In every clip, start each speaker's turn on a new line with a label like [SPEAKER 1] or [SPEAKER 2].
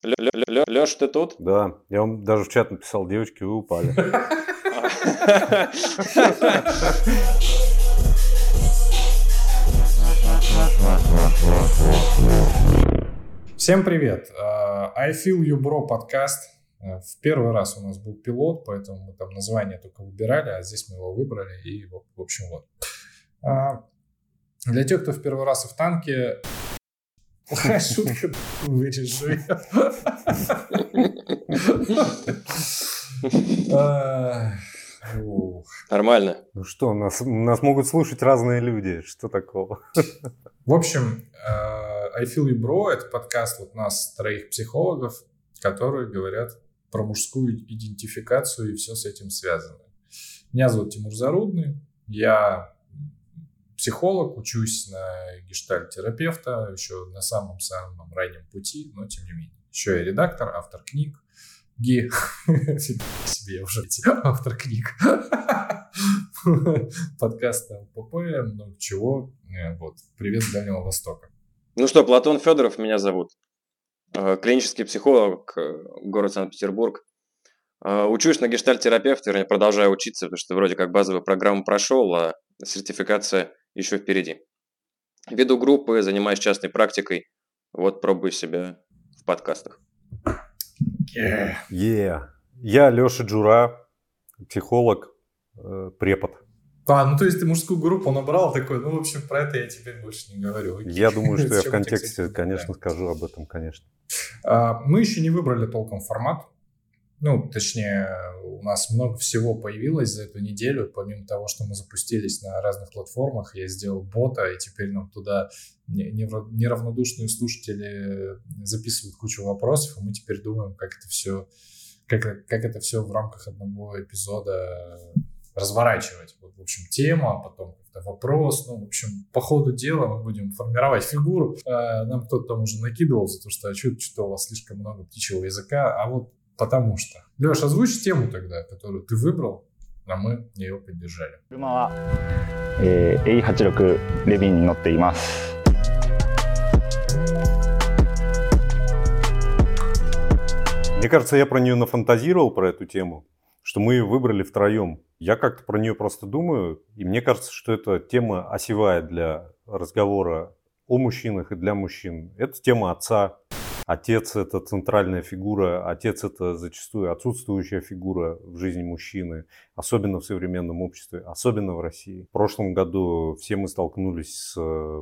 [SPEAKER 1] Лёш, ты тут?
[SPEAKER 2] Да, я вам даже в чат написал, девочки, вы упали.
[SPEAKER 3] Всем привет! I Feel You Bro подкаст. В первый раз у нас был пилот, поэтому мы там название только выбирали, а здесь мы его выбрали, и в общем вот. Для тех, кто в первый раз в танке... Плохая шутка, вырежу ее.
[SPEAKER 1] Нормально.
[SPEAKER 2] Ну что, нас могут слушать разные люди, что такого?
[SPEAKER 3] В общем, I Feel You Bro — это подкаст вот нас, троих психологов, которые говорят про мужскую идентификацию и все с этим связано. Меня зовут Тимур Зарудный, я психолог, учусь на гештальт-терапевта, еще на самом-самом раннем пути, но тем не менее. Еще я редактор, автор книг. Себе я уже автор книг. Подкаста ЛПП, много чего. Вот. Привет с Дальнего Востока.
[SPEAKER 1] Ну что, Платон Федоров меня зовут. Клинический психолог, город Санкт-Петербург. Учусь на гештальт-терапевте, вернее, продолжаю учиться, потому что вроде как базовую программу прошел, а сертификация еще впереди. Веду группы, занимаюсь частной практикой. Вот пробую себя в подкастах.
[SPEAKER 2] Я Леша Джура, психолог, препод.
[SPEAKER 3] Ну то есть ты мужскую группу набрал такой, ну в общем про это я теперь больше не говорю.
[SPEAKER 2] Я думаю, что я в контексте, конечно, скажу об этом, конечно.
[SPEAKER 3] Мы еще не выбрали толком формат. Ну, точнее, у нас много всего появилось за эту неделю. Помимо того, что мы запустились на разных платформах, я сделал бота, и теперь нам туда неравнодушные слушатели записывают кучу вопросов, и мы теперь думаем, как это все в рамках одного эпизода разворачивать. Вот, в общем, тема, а потом как-то вопрос. Ну, в общем, по ходу дела мы будем формировать фигуру. Нам кто-то там уже накидывал за то, что что-то у вас слишком много птичьего языка, а вот потому что. Леш, озвучь тему тогда, которую ты выбрал, а мы ее поддержали.
[SPEAKER 4] A86 レビンに乗っています。
[SPEAKER 2] Мне кажется, я про нее нафантазировал, про эту тему, что мы ее выбрали втроем. Я как-то про нее просто думаю, и мне кажется, что эта тема осевая для разговора о мужчинах и для мужчин. Это тема отца. Отец – это центральная фигура, отец – это зачастую отсутствующая фигура в жизни мужчины, особенно в современном обществе, особенно в России. В прошлом году все мы столкнулись с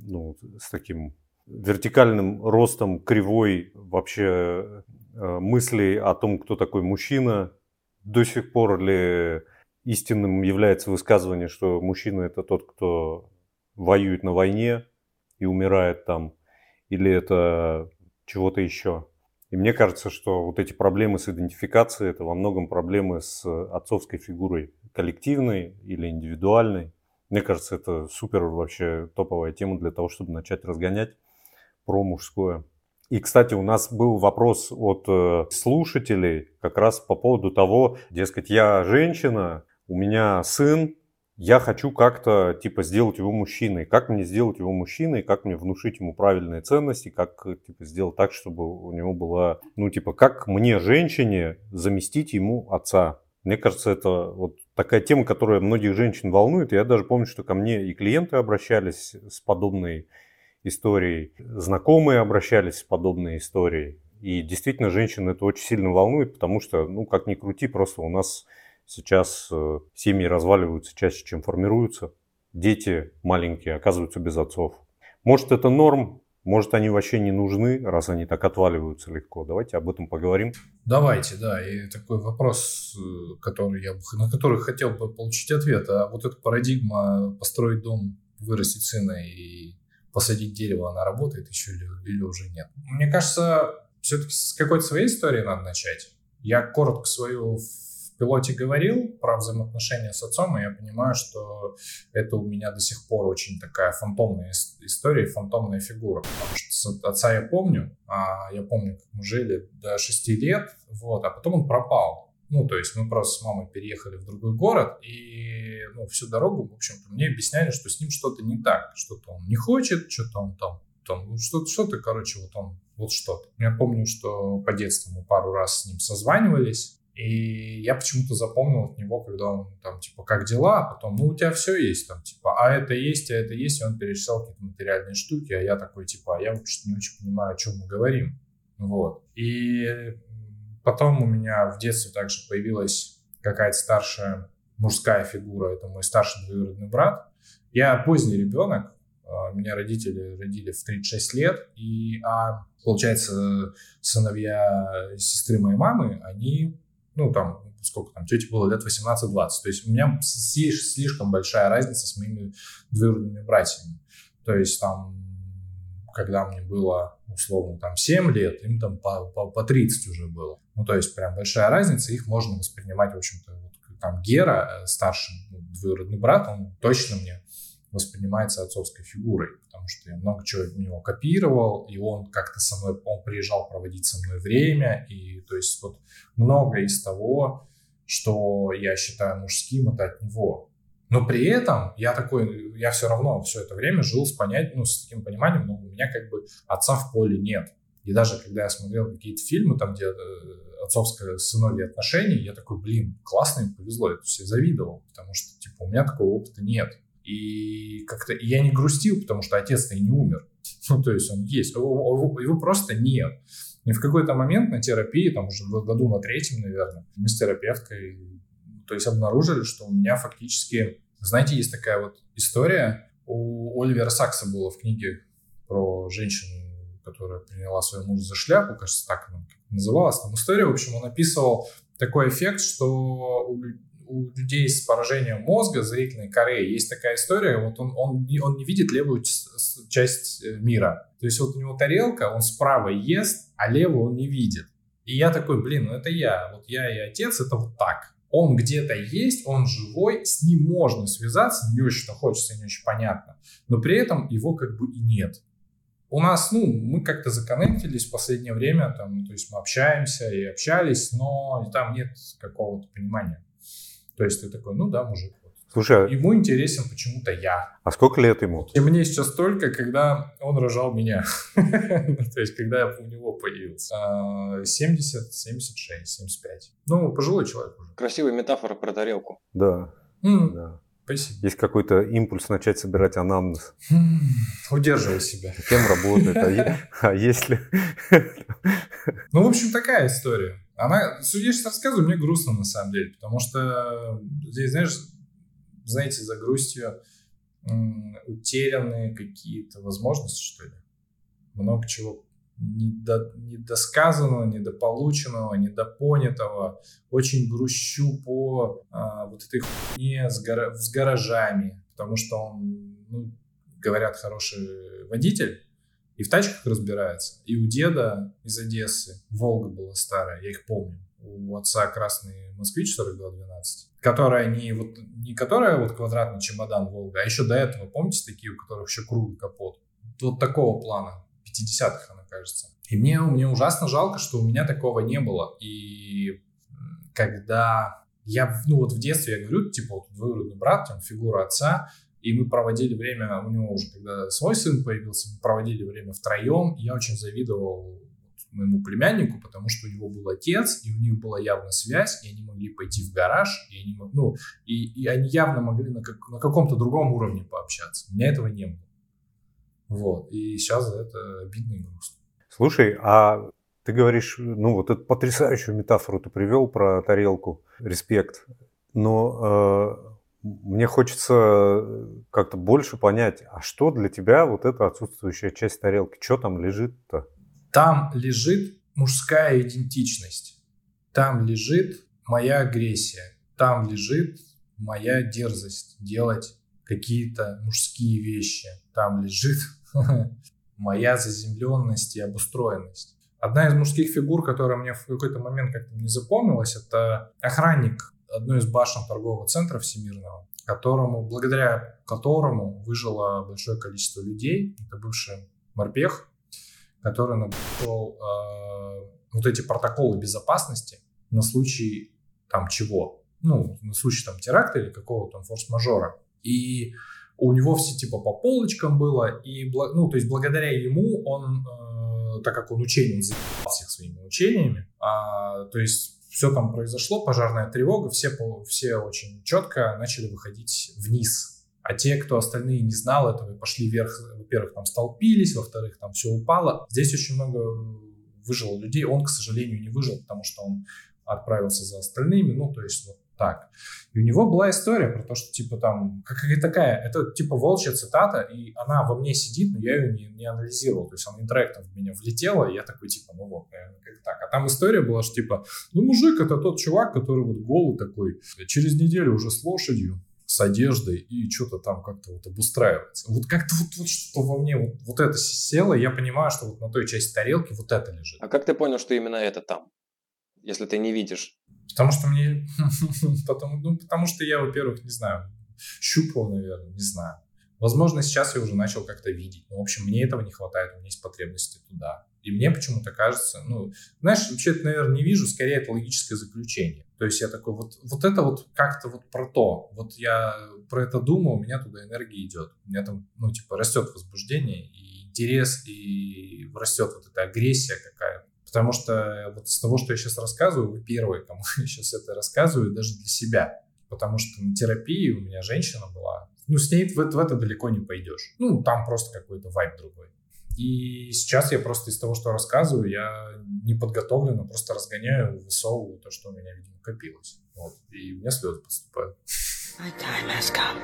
[SPEAKER 2] таким вертикальным ростом кривой вообще мыслей о том, кто такой мужчина. До сих пор ли истинным является высказывание, что мужчина – это тот, кто воюет на войне и умирает там, или это чего-то еще. И мне кажется, что вот эти проблемы с идентификацией – это во многом проблемы с отцовской фигурой, коллективной или индивидуальной. Мне кажется, это супер вообще топовая тема для того, чтобы начать разгонять про мужское. И, кстати, у нас был вопрос от слушателей как раз по поводу того, дескать, я женщина, у меня сын, я хочу как-то сделать его мужчиной. Как мне сделать его мужчиной, как мне внушить ему правильные ценности, как сделать так, чтобы у него была, как мне, женщине, заместить ему отца. Мне кажется, это вот такая тема, которая многих женщин волнует. Я даже помню, что ко мне и клиенты обращались с подобной историей, знакомые обращались с подобной историей. И действительно, женщин это очень сильно волнует, потому что, как ни крути, просто у нас сейчас семьи разваливаются чаще, чем формируются. Дети маленькие оказываются без отцов. Может, это норм, может, они вообще не нужны, раз они так отваливаются легко. Давайте об этом поговорим.
[SPEAKER 3] Давайте, да. И такой вопрос, на который хотел бы получить ответ. А вот эта парадигма построить дом, вырастить сына и посадить дерево, она работает еще или уже нет? Мне кажется, все-таки с какой-то своей истории надо начать. Я коротко свою в пилоте говорил про взаимоотношения с отцом, и я понимаю, что это у меня до сих пор очень такая фантомная история, фантомная фигура. Потому что отца я помню, как мы жили до 6 лет, а потом он пропал. То есть мы просто с мамой переехали в другой город, и всю дорогу, в общем-то, мне объясняли, что с ним что-то не так, что-то он не хочет, что-то он там что-то, короче, вот он Вот что-то. Я помню, что по детству мы пару раз с ним созванивались, и я почему-то запомнил от него, когда он там, типа, как дела, а потом, ну, у тебя все есть, там, типа, а это есть, и он перечислял какие-то материальные штуки, а я такой, типа, а я вообще не очень понимаю, о чем мы говорим. Вот. И потом у меня в детстве также появилась какая-то старшая мужская фигура, это мой старший двоюродный брат. Я поздний ребенок, меня родители родили в 36 лет, получается, сыновья сестры моей мамы, они, ну, там, сколько там, тете было лет 18-20. То есть у меня слишком большая разница с моими двоюродными братьями. То есть там, когда мне было, условно, там 7 лет, им там по 30 уже было. Ну, то есть прям большая разница, их можно воспринимать, в общем-то, вот, там Гера, старший двоюродный брат, он точно мне воспринимается отцовской фигурой, потому что я много чего у него копировал, и он как-то со мной, он приезжал проводить со мной время, и то есть вот много из того, что я считаю мужским, это от него. Но при этом я все равно все это время жил с таким пониманием, у меня как бы отца в поле нет. И даже когда я смотрел какие-то фильмы, там, где отцовско-сыновьи отношения, я такой, классно им повезло, я завидовал, потому что, типа, у меня такого опыта нет. И как-то я не грустил, потому что отец-то и не умер. Ну, то есть он есть, его просто нет. И в какой-то момент на терапии, там уже в году на 3-м, наверное, мы с терапевткой, то есть обнаружили, что у меня фактически, знаете, есть такая вот история, у Оливера Сакса было в книге про женщину, которая приняла своего мужа за шляпу, кажется, так она называлась. Там история, в общем, он описывал такой эффект, что у людей с поражением мозга, зрительной коры, есть такая история, вот он не видит левую часть мира. То есть вот у него тарелка, он справа ест, а левую он не видит. И я такой, это я. Вот я и отец, это вот так. Он где-то есть, он живой, с ним можно связаться, не очень хочется, не очень понятно. Но при этом его как бы и нет. У нас, мы как-то законнектились в последнее время, там, то есть мы общаемся и общались, но там нет какого-то понимания. То есть ты такой, мужик.
[SPEAKER 2] Слушай,
[SPEAKER 3] ему интересен почему-то я.
[SPEAKER 2] А сколько лет ему?
[SPEAKER 3] И мне сейчас только, когда он рожал меня. То есть, когда я у него появился. 70, 76, 75. Пожилой человек уже.
[SPEAKER 1] Красивая метафора про тарелку.
[SPEAKER 2] Да. Да.
[SPEAKER 3] Спасибо.
[SPEAKER 2] Есть какой-то импульс начать собирать анамнез.
[SPEAKER 3] Удерживай себя.
[SPEAKER 2] Кем работает? А если...
[SPEAKER 3] В общем, такая история. Я сейчас рассказываю, мне грустно на самом деле, потому что здесь, знаете, за грустью утеряны какие-то возможности, что ли. Много чего недосказанного, недополученного, недопонятого. Очень грущу по вот этой хуйне с гаражами, потому что он, говорят, хороший водитель, и в тачках разбирается. И у деда из Одессы Волга была старая, я их помню. У отца красный москвич 4212, которая не которая вот квадратный чемодан Волга, а еще до этого, помните, такие, у которых еще круглый капот. Вот такого плана, 50-х она, кажется. И мне ужасно жалко, что у меня такого не было. И когда я, в детстве, я говорю, типа, вот двоюродный брат, там, фигура отца, и мы проводили время, у него уже, когда свой сын появился, мы проводили время втроем, и я очень завидовал моему племяннику, потому что у него был отец, и у них была явно связь, и они могли пойти в гараж, и они явно могли на каком-то другом уровне пообщаться. У меня этого не было. Вот, и сейчас за это обидно и грустно.
[SPEAKER 2] Слушай, а ты говоришь, вот эту потрясающую метафору ты привел про тарелку, респект, но мне хочется как-то больше понять, а что для тебя вот эта отсутствующая часть тарелки, что там лежит-то?
[SPEAKER 3] Там лежит мужская идентичность, там лежит моя агрессия, там лежит моя дерзость делать какие-то мужские вещи, там лежит моя заземленность и обустроенность. Одна из мужских фигур, которая мне в какой-то момент как-то не запомнилась, это охранник одной из башен торгового центра всемирного, благодаря которому выжило большое количество людей. Это бывший морпех, который написал вот эти протоколы безопасности на случай там чего. На случай там теракта или какого-то форс-мажора. И у него все типа по полочкам было. И то есть благодаря ему он так как он заебал всех своими учениями, то есть все там произошло, пожарная тревога, все очень четко начали выходить вниз. А те, кто остальные не знал этого и пошли вверх, во-первых, там столпились, во-вторых, там все упало. Здесь очень много выжило людей. Он, к сожалению, не выжил, потому что он отправился за остальными, ну, то есть вот так. И у него была история про то, что, типа, там, какая такая, это, типа, волчья цитата, и она во мне сидит, но я ее не анализировал, то есть она интерактом в меня влетела, и я такой, типа, ну вот, наверное, как так. А там история была, что, типа, ну, мужик — это тот чувак, который вот голый такой, через неделю уже с лошадью, с одеждой, и что-то там как-то вот обустраивается. Вот как-то вот что во мне вот это село, и я понимаю, что вот на той части тарелки вот это лежит.
[SPEAKER 1] А как ты понял, что именно это там, если ты не видишь?
[SPEAKER 3] Потому что потому что я, во-первых, не знаю, щупал, наверное, не знаю. Возможно, сейчас я уже начал как-то видеть. Но, в общем, мне этого не хватает, у меня есть потребности туда. И мне почему-то кажется, ну, знаешь, вообще это, наверное, не вижу, скорее это логическое заключение. То есть я такой, вот это вот как-то вот про то. Вот я про это думаю, у меня туда энергия идет. У меня там, ну, типа, растет возбуждение и интерес, и растет вот эта агрессия какая-то. Потому что вот из того, что я сейчас рассказываю, вы первые, кому я сейчас это рассказываю, даже для себя. Потому что на терапии у меня женщина была. Ну, с ней в это далеко не пойдешь. Ну, там просто какой-то вайб другой. И сейчас я просто из того, что рассказываю, я неподготовленно просто разгоняю, высовываю то, что у меня, видимо, копилось. Вот. И у меня слезы подступают. My time has come.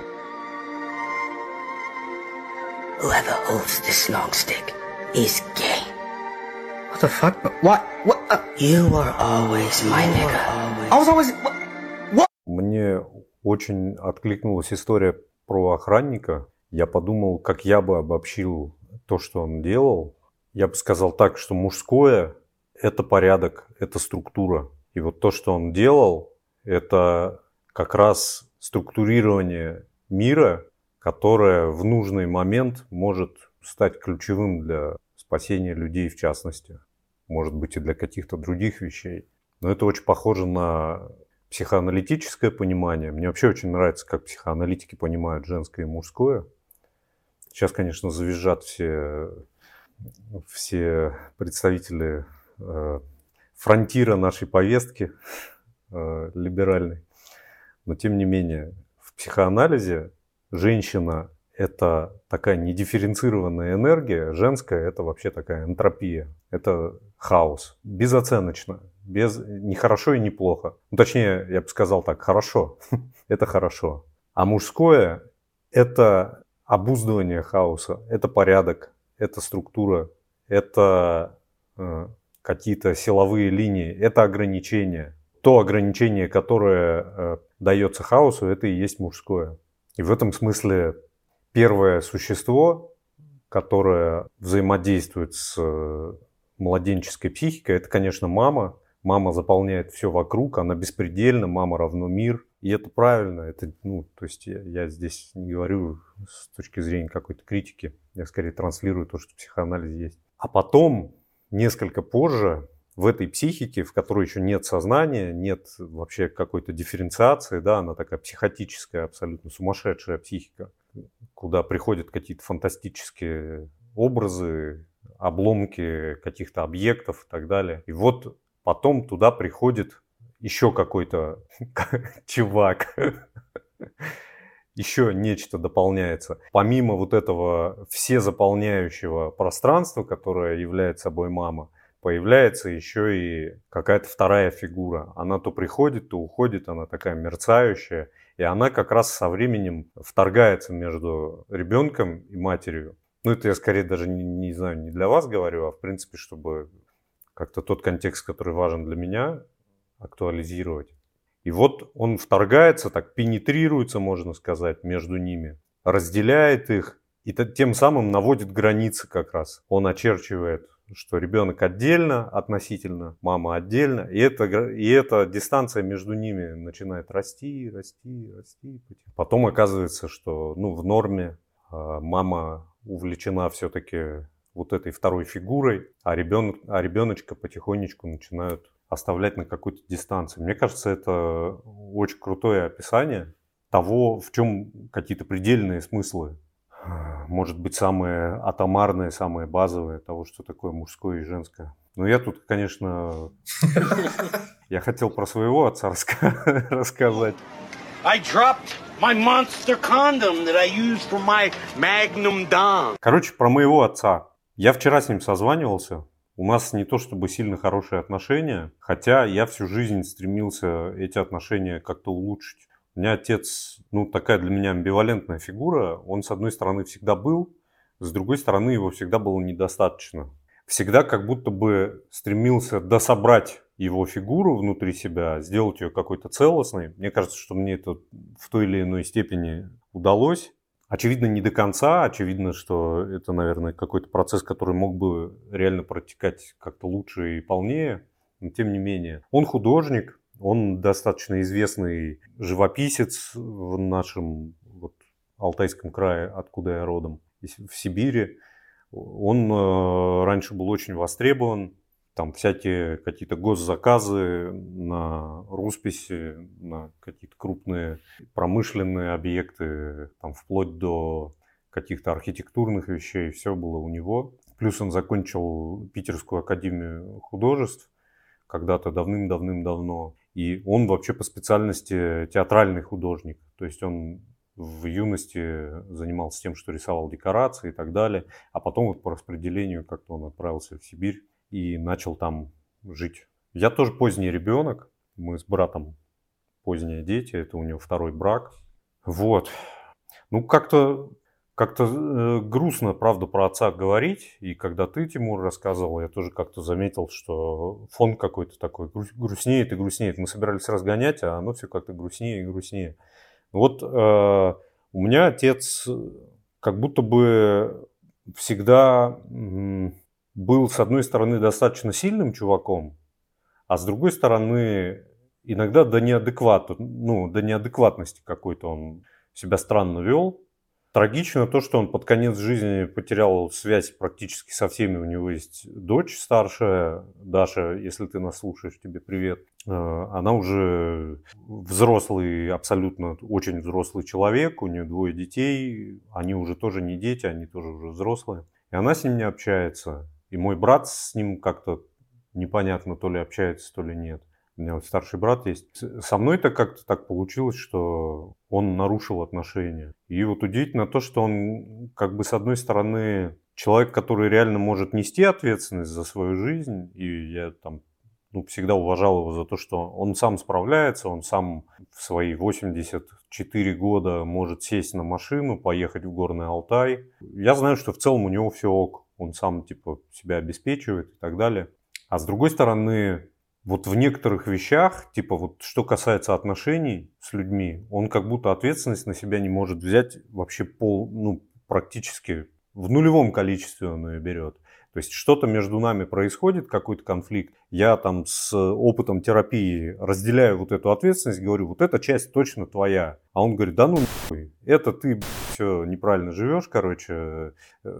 [SPEAKER 3] Whoever holds this long stick is gay. What the fuck? What? You were always my nigga. I was always... What?
[SPEAKER 2] Мне очень откликнулась история про охранника. Я подумал, как я бы обобщил то, что он делал. Я бы сказал так, что мужское – это порядок, это структура. И вот то, что он делал, это как раз структурирование мира, которое в нужный момент может стать ключевым для спасения людей в частности. Может быть, и для каких-то других вещей. Но это очень похоже на психоаналитическое понимание. Мне вообще очень нравится, как психоаналитики понимают женское и мужское. Сейчас, конечно, завизжат все представители фронтира нашей повестки либеральной. Но, тем не менее, в психоанализе женщина – это такая недифференцированная энергия, женская – это вообще такая энтропия, это хаос, безоценочно, без ни хорошо и ни плохо. Ну, точнее, я бы сказал так, хорошо, это хорошо. А мужское – это обуздывание хаоса, это порядок, это структура, это какие-то силовые линии, это ограничения. То ограничение, которое дается хаосу, это и есть мужское. И в этом смысле первое существо, которое взаимодействует с младенческой психикой, это, конечно, мама. Мама заполняет все вокруг, она беспредельна, мама равно мир. И это правильно. Это, ну, то есть я здесь не говорю с точки зрения какой-то критики, я скорее транслирую то, что в психоанализе есть. А потом, несколько позже, в этой психике, в которой еще нет сознания, нет вообще какой-то дифференциации, да, она такая психотическая, абсолютно сумасшедшая психика, куда приходят какие-то фантастические образы, обломки каких-то объектов и так далее. И вот потом туда приходит еще какой-то чувак, еще нечто дополняется. Помимо вот этого всезаполняющего пространства, которое является собой мама, появляется еще и какая-то вторая фигура. Она то приходит, то уходит, она такая мерцающая. И она как раз со временем вторгается между ребенком и матерью. Ну, это я скорее даже не знаю, не для вас говорю, а в принципе, чтобы как-то тот контекст, который важен для меня, актуализировать. И вот он вторгается, так пенетрируется, можно сказать, между ними, разделяет их и тем самым наводит границы как раз. Он очерчивает, что ребенок отдельно относительно, мама отдельно, и эта дистанция между ними начинает расти. Потом оказывается, что в норме мама увлечена все-таки вот этой второй фигурой, а ребеночка потихонечку начинают оставлять на какой-то дистанции. Мне кажется, это очень крутое описание того, в чем какие-то предельные смыслы может быть, самое атомарное, самое базовое того, что такое мужское и женское. Но я тут, конечно, я хотел про своего отца рассказать.
[SPEAKER 5] I dropped my monster condom that I used for my Magnum Dom.
[SPEAKER 2] Короче, про моего отца. Я вчера с ним созванивался. У нас не то чтобы сильно хорошие отношения, хотя я всю жизнь стремился эти отношения как-то улучшить. У меня отец, такая для меня амбивалентная фигура. Он, с одной стороны, всегда был, с другой стороны, его всегда было недостаточно. Всегда как будто бы стремился дособрать его фигуру внутри себя, сделать ее какой-то целостной. Мне кажется, что мне это в той или иной степени удалось. Очевидно, не до конца. Очевидно, что это, наверное, какой-то процесс, который мог бы реально протекать как-то лучше и полнее. Но тем не менее. Он художник, он достаточно известный живописец в нашем Алтайском крае, откуда я родом, в Сибири. Он раньше был очень востребован. Там всякие какие-то госзаказы на росписи, на какие-то крупные промышленные объекты, там, вплоть до каких-то архитектурных вещей, все было у него. Плюс он закончил Питерскую академию художеств когда-то давным-давным-давно. И он вообще по специальности театральный художник. То есть он в юности занимался тем, что рисовал декорации и так далее. А потом по распределению как-то он отправился в Сибирь и начал там жить. Я тоже поздний ребенок. Мы с братом поздние дети. Это у него второй брак. Вот. Как-то грустно, правда, про отца говорить. И когда ты, Тимур, рассказывал, я тоже как-то заметил, что фон какой-то такой грустнеет и грустнеет. Мы собирались разгонять, а оно все как-то грустнее и грустнее. Вот у меня отец как будто бы всегда был, с одной стороны, достаточно сильным чуваком, а с другой стороны, иногда до неадекватности какой-то он себя странно вел. Трагично то, что он под конец жизни потерял связь практически со всеми. У него есть дочь старшая, Даша, если ты нас слушаешь, тебе привет. Она уже взрослый, абсолютно очень взрослый человек, у нее 2 детей, они уже тоже не дети, они тоже уже взрослые. И она с ним не общается. И мой брат с ним как-то непонятно, то ли общается, то ли нет. У меня старший брат есть. Со мной-то как-то так получилось, что он нарушил отношения. И удивительно то, что он как бы с одной стороны человек, который реально может нести ответственность за свою жизнь. И я там всегда уважал его за то, что он сам справляется, он сам в свои 84 года может сесть на машину, поехать в Горный Алтай. Я знаю, что в целом у него все ок. Он сам себя обеспечивает и так далее. А с другой стороны, в некоторых вещах, что касается отношений с людьми, он как будто ответственность на себя не может взять вообще практически в нулевом количестве он ее берет. То есть что-то между нами происходит, какой-то конфликт. Я там с опытом терапии разделяю эту ответственность, говорю, эта часть точно твоя. А он говорит, да нахуй, это ты все неправильно живешь, короче,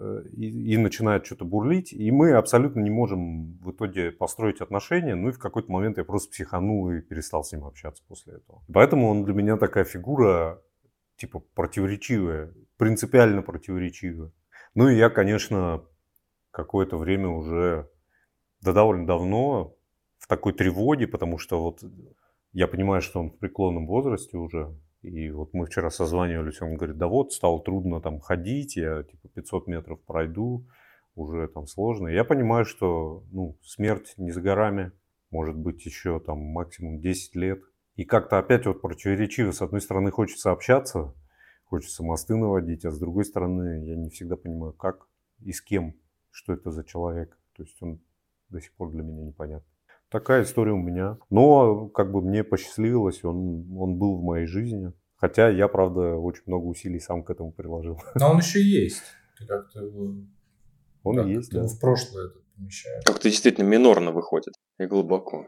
[SPEAKER 2] и начинает что-то бурлить. И мы абсолютно не можем в итоге построить отношения. И в какой-то момент я просто психанул и перестал с ним общаться после этого. Поэтому он для меня такая фигура, противоречивая, принципиально противоречивая. И я, конечно, какое-то время уже, довольно давно, в такой тревоге, потому что я понимаю, что он в преклонном возрасте уже. И мы вчера созванивались, он говорит, стало трудно там ходить, я 500 метров пройду, уже там сложно. И я понимаю, что смерть не за горами, может быть еще там максимум 10 лет. И как-то опять противоречиво, с одной стороны хочется общаться, хочется мосты наводить, а с другой стороны я не всегда понимаю, как и с кем, что это за человек. То есть он до сих пор для меня непонятен. Такая история у меня. Но мне посчастливилось, он был в моей жизни. Хотя я, правда, очень много усилий сам к этому приложил.
[SPEAKER 3] Но он еще есть. Ты как-то его...
[SPEAKER 2] Он есть, да.
[SPEAKER 3] В прошлое это помещаешь.
[SPEAKER 1] Как-то действительно минорно выходит и глубоко.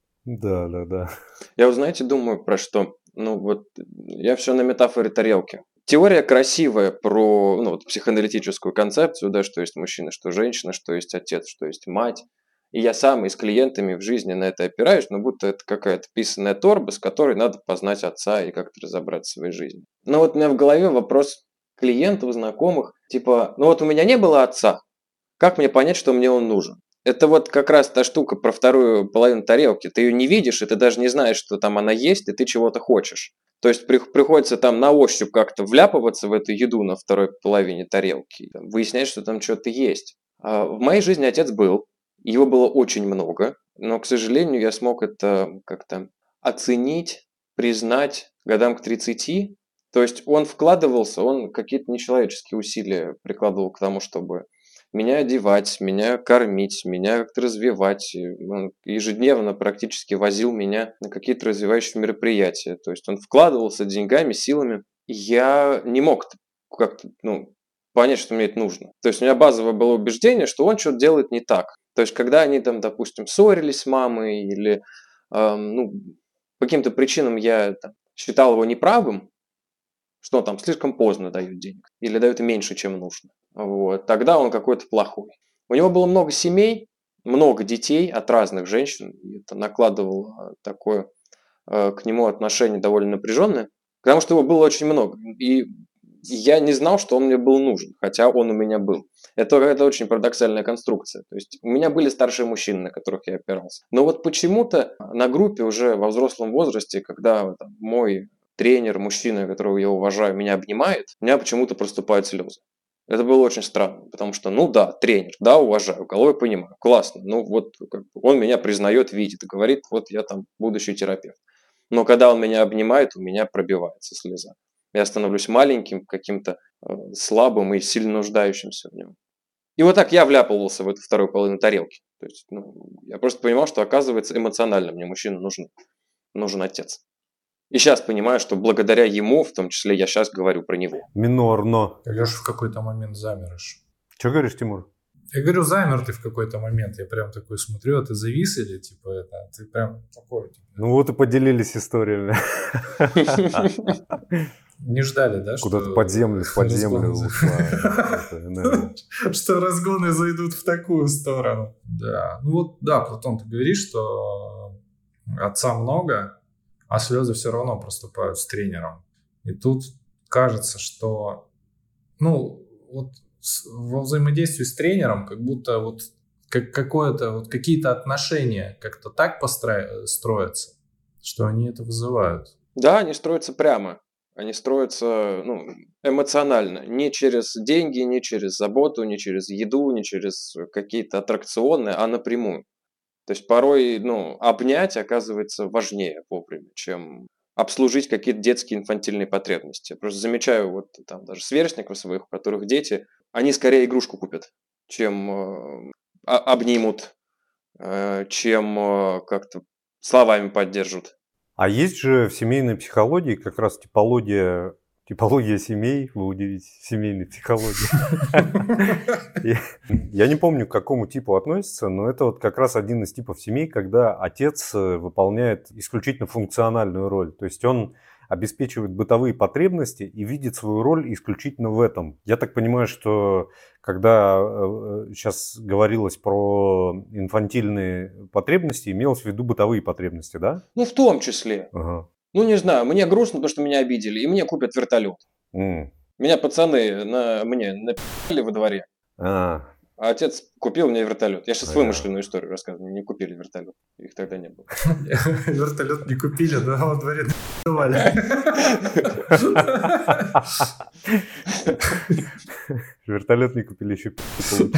[SPEAKER 2] Да.
[SPEAKER 1] Я, знаете, думаю про что? Я все на метафоре тарелки. Теория красивая про психоаналитическую концепцию, да, что есть мужчина, что женщина, что есть отец, что есть мать. И я сам и с клиентами в жизни на это опираюсь, будто это какая-то писаная торба, с которой надо познать отца и как-то разобраться в своей жизни. Но у меня в голове вопрос, клиентов, знакомых. Типа, ну вот у меня не было отца, как мне понять, что мне он нужен? Это вот как раз та штука про вторую половину тарелки. Ты ее не видишь, и ты даже не знаешь, что там она есть, и ты чего-то хочешь. То есть приходится там на ощупь как-то вляпываться в эту еду на второй половине тарелки, выяснять, что там что-то есть. А в моей жизни отец был, его было очень много, но, к сожалению, я смог это как-то оценить, признать годам к 30. То есть он вкладывался, он какие-то нечеловеческие усилия прикладывал к тому, чтобы меня одевать, меня кормить, меня как-то развивать. Он ежедневно практически возил меня на какие-то развивающие мероприятия. То есть он вкладывался деньгами, силами. Я не мог как-то, понять, что мне это нужно. То есть у меня базовое было убеждение, что он что-то делает не так. То есть когда они там, допустим, ссорились с мамой или по каким-то причинам я считал его неправым, что он там слишком поздно дает денег или дает меньше, чем нужно. Вот, тогда он какой-то плохой. У него было много семей, много детей от разных женщин, и это накладывало такое к нему отношение довольно напряженное, потому что его было очень много, и я не знал, что он мне был нужен, хотя он у меня был. Это очень парадоксальная конструкция. То есть у меня были старшие мужчины, на которых я опирался. Но вот почему-то на группе уже во взрослом возрасте, когда мой тренер, мужчина, которого я уважаю, меня обнимает, у меня почему-то проступают слезы. Это было очень странно, потому что, тренер, уважаю, головой понимаю, классно, он меня признает, видит и говорит, вот я там будущий терапевт. Но когда он меня обнимает, у меня пробивается слеза. Я становлюсь маленьким, каким-то слабым и сильно нуждающимся в нем. И вот так я вляпывался в эту вторую половину тарелки. То есть, я просто понимал, что, оказывается, эмоционально мне мужчина нужен отец. И сейчас понимаю, что благодаря ему, в том числе, я сейчас говорю про него.
[SPEAKER 2] Минорно.
[SPEAKER 3] Леша в какой-то момент замерешь.
[SPEAKER 2] Что говоришь, Тимур?
[SPEAKER 3] Я говорю, замер ты в какой-то момент. Я прям такой смотрю, а ты завис или ты прям такой?
[SPEAKER 2] Ну вот и поделились историями.
[SPEAKER 3] Не ждали, да?
[SPEAKER 2] Куда-то под землю ушла.
[SPEAKER 3] Что разгоны зайдут в такую сторону. Да. Платон, ты говоришь, что отца много, а слезы все равно проступают с тренером. И тут кажется, что во взаимодействии с тренером как будто какие-то отношения как-то так строятся, что они это вызывают.
[SPEAKER 1] Да, они строятся прямо. Они строятся эмоционально. Не через деньги, не через заботу, не через еду, не через какие-то аттракционы, а напрямую. То есть порой обнять оказывается важнее вовремя, чем обслужить какие-то детские инфантильные потребности. Я просто замечаю даже сверстников своих, у которых дети, они скорее игрушку купят, чем обнимут, чем как-то словами поддержат.
[SPEAKER 2] А есть же в семейной психологии как раз типология семей, вы удивитесь, семейной психологии. Я не помню, к какому типу относится, но это вот как раз один из типов семей, когда отец выполняет исключительно функциональную роль. То есть он обеспечивает бытовые потребности и видит свою роль исключительно в этом. Я так понимаю, что когда сейчас говорилось про инфантильные потребности, имелось в виду бытовые потребности, да?
[SPEAKER 1] В том числе.
[SPEAKER 2] Ага.
[SPEAKER 1] Не знаю, мне грустно, потому что меня обидели, и мне купят вертолет. Меня пацаны мне напи***ли во дворе. А отец купил мне вертолет. Я сейчас вымышленную историю рассказываю. Мне не купили вертолет. Их тогда не было.
[SPEAKER 3] Вертолет не купили, да, во дворе давали.
[SPEAKER 2] Вертолет не купили, еще получилось.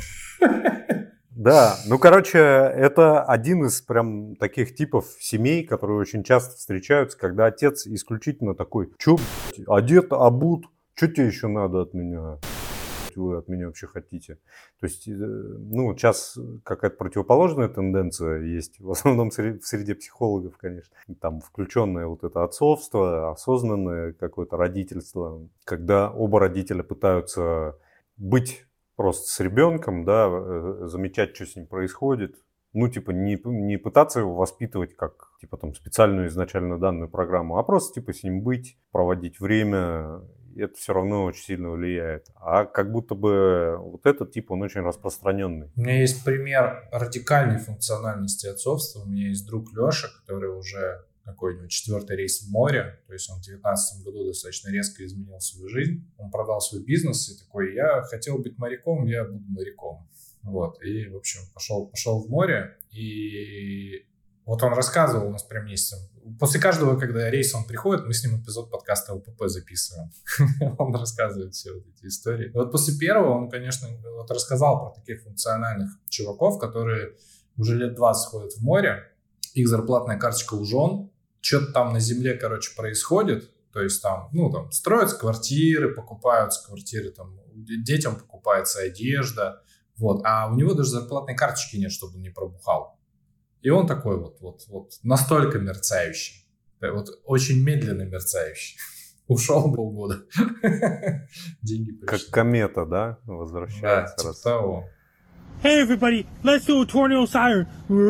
[SPEAKER 2] Да, это один из прям таких типов семей, которые очень часто встречаются, когда отец исключительно такой: чё, одет, обут, что тебе еще надо от меня? Вы от меня вообще хотите? То есть, сейчас какая-то противоположная тенденция есть, в основном в среде психологов, конечно. Там включенное это отцовство, осознанное какое-то родительство, когда оба родителя пытаются быть просто с ребенком, замечать, что с ним происходит. Не пытаться его воспитывать как, специальную изначально данную программу, а просто, с ним быть, проводить время. Это все равно очень сильно влияет. А как будто бы этот тип, он очень распространенный.
[SPEAKER 3] У меня есть пример радикальной функциональности отцовства. У меня есть друг Леша, который уже какой-нибудь 4-й рейс в море, то есть он в 2019 году достаточно резко изменил свою жизнь, он продал свой бизнес и такой, я хотел быть моряком, я буду моряком. Вот, и, в общем, пошел в море, и вот он рассказывал, у нас прям есть, после каждого, когда рейс он приходит, мы с ним эпизод подкаста ОПП записываем. Он рассказывает все вот эти истории. И вот после первого он, конечно, вот рассказал про таких функциональных чуваков, которые уже лет 20 ходят в море, их зарплатная карточка у жен, что-то там на земле, короче, происходит, то есть там, ну, там строятся квартиры, покупаются квартиры, там детям покупается одежда, вот, а у него даже зарплатной карточки нет, чтобы он не пробухал. И он такой вот настолько мерцающий, вот очень медленно мерцающий. Ушел полгода. Деньги пришли.
[SPEAKER 2] Как комета, да, возвращается.
[SPEAKER 3] Да, типа того.
[SPEAKER 6] Hey everybody, let's do a tornado siren.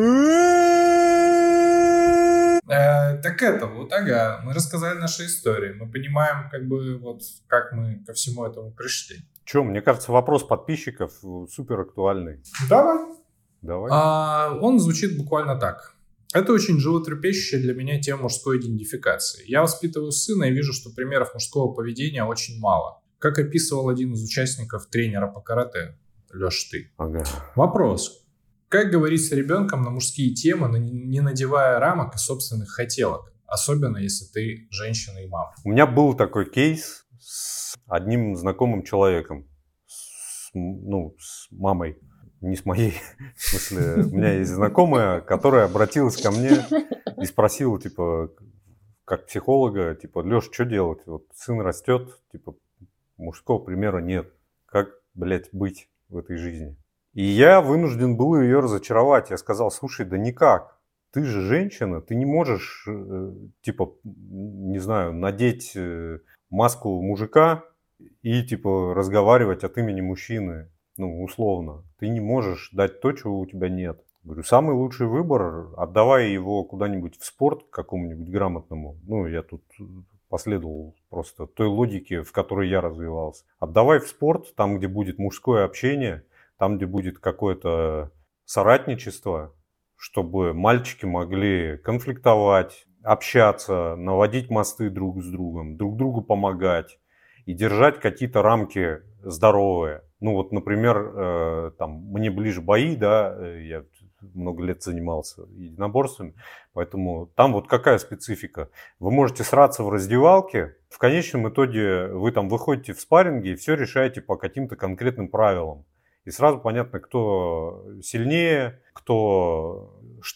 [SPEAKER 3] Так это вот, ага, мы рассказали наши истории, мы понимаем, как бы, вот, как мы ко всему этому пришли.
[SPEAKER 2] Че, мне кажется, вопрос подписчиков супер актуальный.
[SPEAKER 3] Давай.
[SPEAKER 2] Давай.
[SPEAKER 3] Он звучит буквально так. Это очень животрепещущая для меня тема мужской идентификации. Я воспитываю сына и вижу, что примеров мужского поведения очень мало. Как описывал один из участников тренера по карате, Леш, ты.
[SPEAKER 2] Ага.
[SPEAKER 3] Вопрос. Как говорить с ребенком на мужские темы, не надевая рамок и собственных хотелок? Особенно, если ты женщина и мама.
[SPEAKER 2] У меня был такой кейс с одним знакомым человеком. С мамой. Не с моей. В смысле, у меня есть знакомая, которая обратилась ко мне и спросила, типа, как психолога, типа, Леш, что делать? Вот сын растет, типа, мужского примера нет. Как, блядь, быть в этой жизни? И я вынужден был ее разочаровать. Я сказал, слушай, да никак. Ты же женщина, ты не можешь, типа, не знаю, надеть маску мужика и, типа, разговаривать от имени мужчины. Ну, условно. Ты не можешь дать то, чего у тебя нет. Говорю, самый лучший выбор, отдавай его куда-нибудь в спорт, какому-нибудь грамотному. Ну, я тут последовал просто той логике, в которой я развивался. Отдавай в спорт, там, где будет мужское общение, там, где будет какое-то соратничество, чтобы мальчики могли конфликтовать, общаться, наводить мосты друг с другом, друг другу помогать и держать какие-то рамки здоровые. Ну вот, например, там мне ближе бои, да, я много лет занимался единоборствами, поэтому там вот какая специфика. Вы можете сраться в раздевалке, в конечном итоге вы там выходите в спарринги и все решаете по каким-то конкретным правилам. И сразу понятно, кто сильнее, кто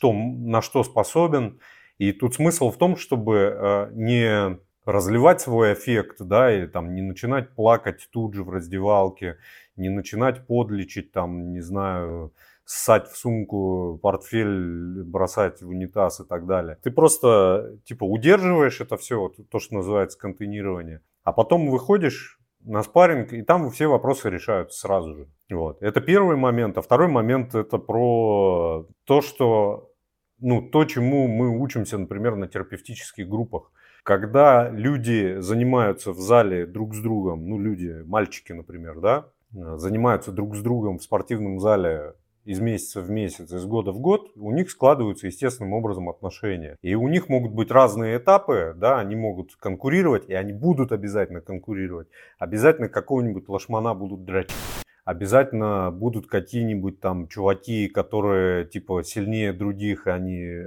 [SPEAKER 2] на что способен. И тут смысл в том, чтобы не разливать свой аффект, да, и там не начинать плакать тут же в раздевалке, не начинать подлечить, там, не знаю, ссать в сумку, портфель бросать в унитаз и так далее. Ты просто, типа, удерживаешь это все, вот, то, что называется контейнирование, а потом выходишь на спарринг, и там все вопросы решаются сразу же. Вот. Это первый момент. А второй момент – это про то, что, то, чему мы учимся, например, на терапевтических группах. Когда люди занимаются в зале друг с другом, люди, мальчики, например, да, занимаются друг с другом в спортивном зале из месяца в месяц, из года в год, у них складываются естественным образом отношения. И у них могут быть разные этапы, да, они могут конкурировать, и они будут обязательно конкурировать. Обязательно какого-нибудь лошмана будут драть. Обязательно будут какие-нибудь там чуваки, которые типа сильнее других, и они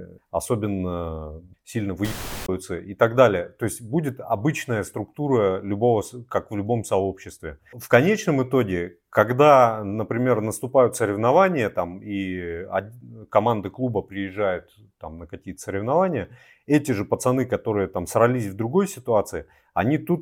[SPEAKER 2] особенно сильно выебываются и так далее. То есть будет обычная структура любого, как в любом сообществе. В конечном итоге, когда, например, наступают соревнования там, и команды клуба приезжают там, на какие-то соревнования, эти же пацаны, которые там срались в другой ситуации, они тут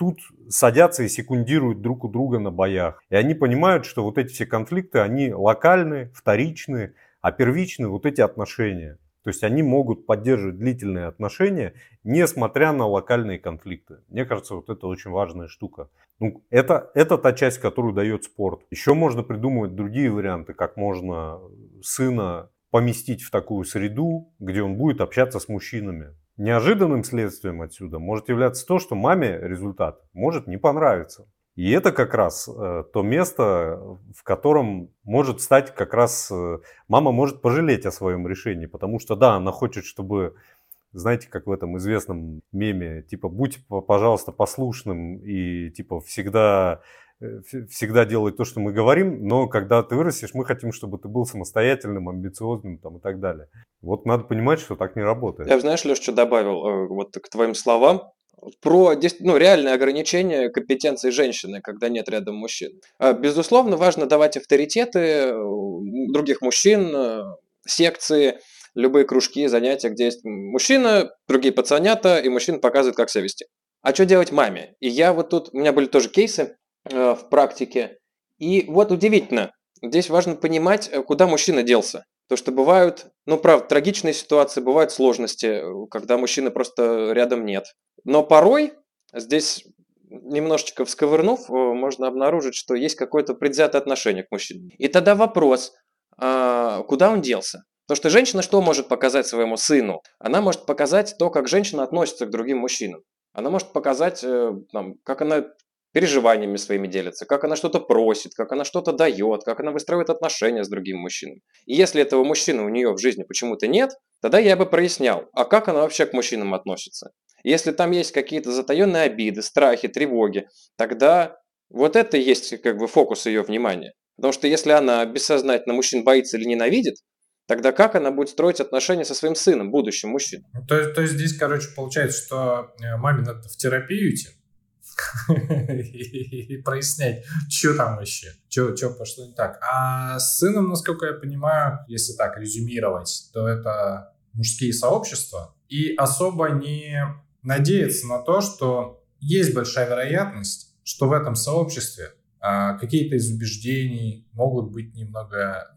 [SPEAKER 2] садятся и секундируют друг у друга на боях. И они понимают, что вот эти все конфликты, они локальны, вторичны, а первичны вот эти отношения. То есть они могут поддерживать длительные отношения, несмотря на локальные конфликты. Мне кажется, вот это очень важная штука. Это та часть, которую дает спорт. Еще можно придумывать другие варианты, как можно сына поместить в такую среду, где он будет общаться с мужчинами. Неожиданным следствием отсюда может являться то, что маме результат может не понравиться. И это как раз то место, в котором может стать как раз... Мама может пожалеть о своем решении, потому что да, она хочет, чтобы знаете, как в этом известном меме, типа, будь, пожалуйста, послушным и, типа, всегда делай то, что мы говорим, но когда ты вырастешь, мы хотим, чтобы ты был самостоятельным, амбициозным там, и так далее. Вот надо понимать, что так не работает.
[SPEAKER 1] Я, знаешь, Леш, что добавил вот к твоим словам? Про реальные ограничения компетенции женщины, когда нет рядом мужчин. Безусловно, важно давать авторитеты других мужчин, секции, любые кружки, занятия, где есть мужчина, другие пацанята, и мужчина показывает, как себя вести. А что делать маме? И я вот тут, у меня были тоже кейсы в практике, и вот удивительно, здесь важно понимать, куда мужчина делся. То, что бывают, правда, трагичные ситуации, бывают сложности, когда мужчины просто рядом нет. Но порой, здесь немножечко всковырнув, можно обнаружить, что есть какое-то предвзятое отношение к мужчине. И тогда вопрос, куда он делся? Потому что женщина что может показать своему сыну? Она может показать то, как женщина относится к другим мужчинам. Она может показать, как она переживаниями своими делится, как она что-то просит, как она что-то дает, как она выстраивает отношения с другим мужчиной. И если этого мужчины у нее в жизни почему-то нет, тогда я бы прояснял, а как она вообще к мужчинам относится. Если там есть какие-то затаенные обиды, страхи, тревоги, тогда вот это и есть как бы фокус ее внимания. Потому что если она бессознательно мужчин боится или ненавидит, тогда как она будет строить отношения со своим сыном, будущим мужчиной?
[SPEAKER 3] То есть здесь, получается, что маме надо в терапию идти и прояснять, что там вообще, что пошло не так. А с сыном, насколько я понимаю, если так резюмировать, то это мужские сообщества. И особо не надеяться на то, что есть большая вероятность, что в этом сообществе какие-то из убеждений могут быть немного,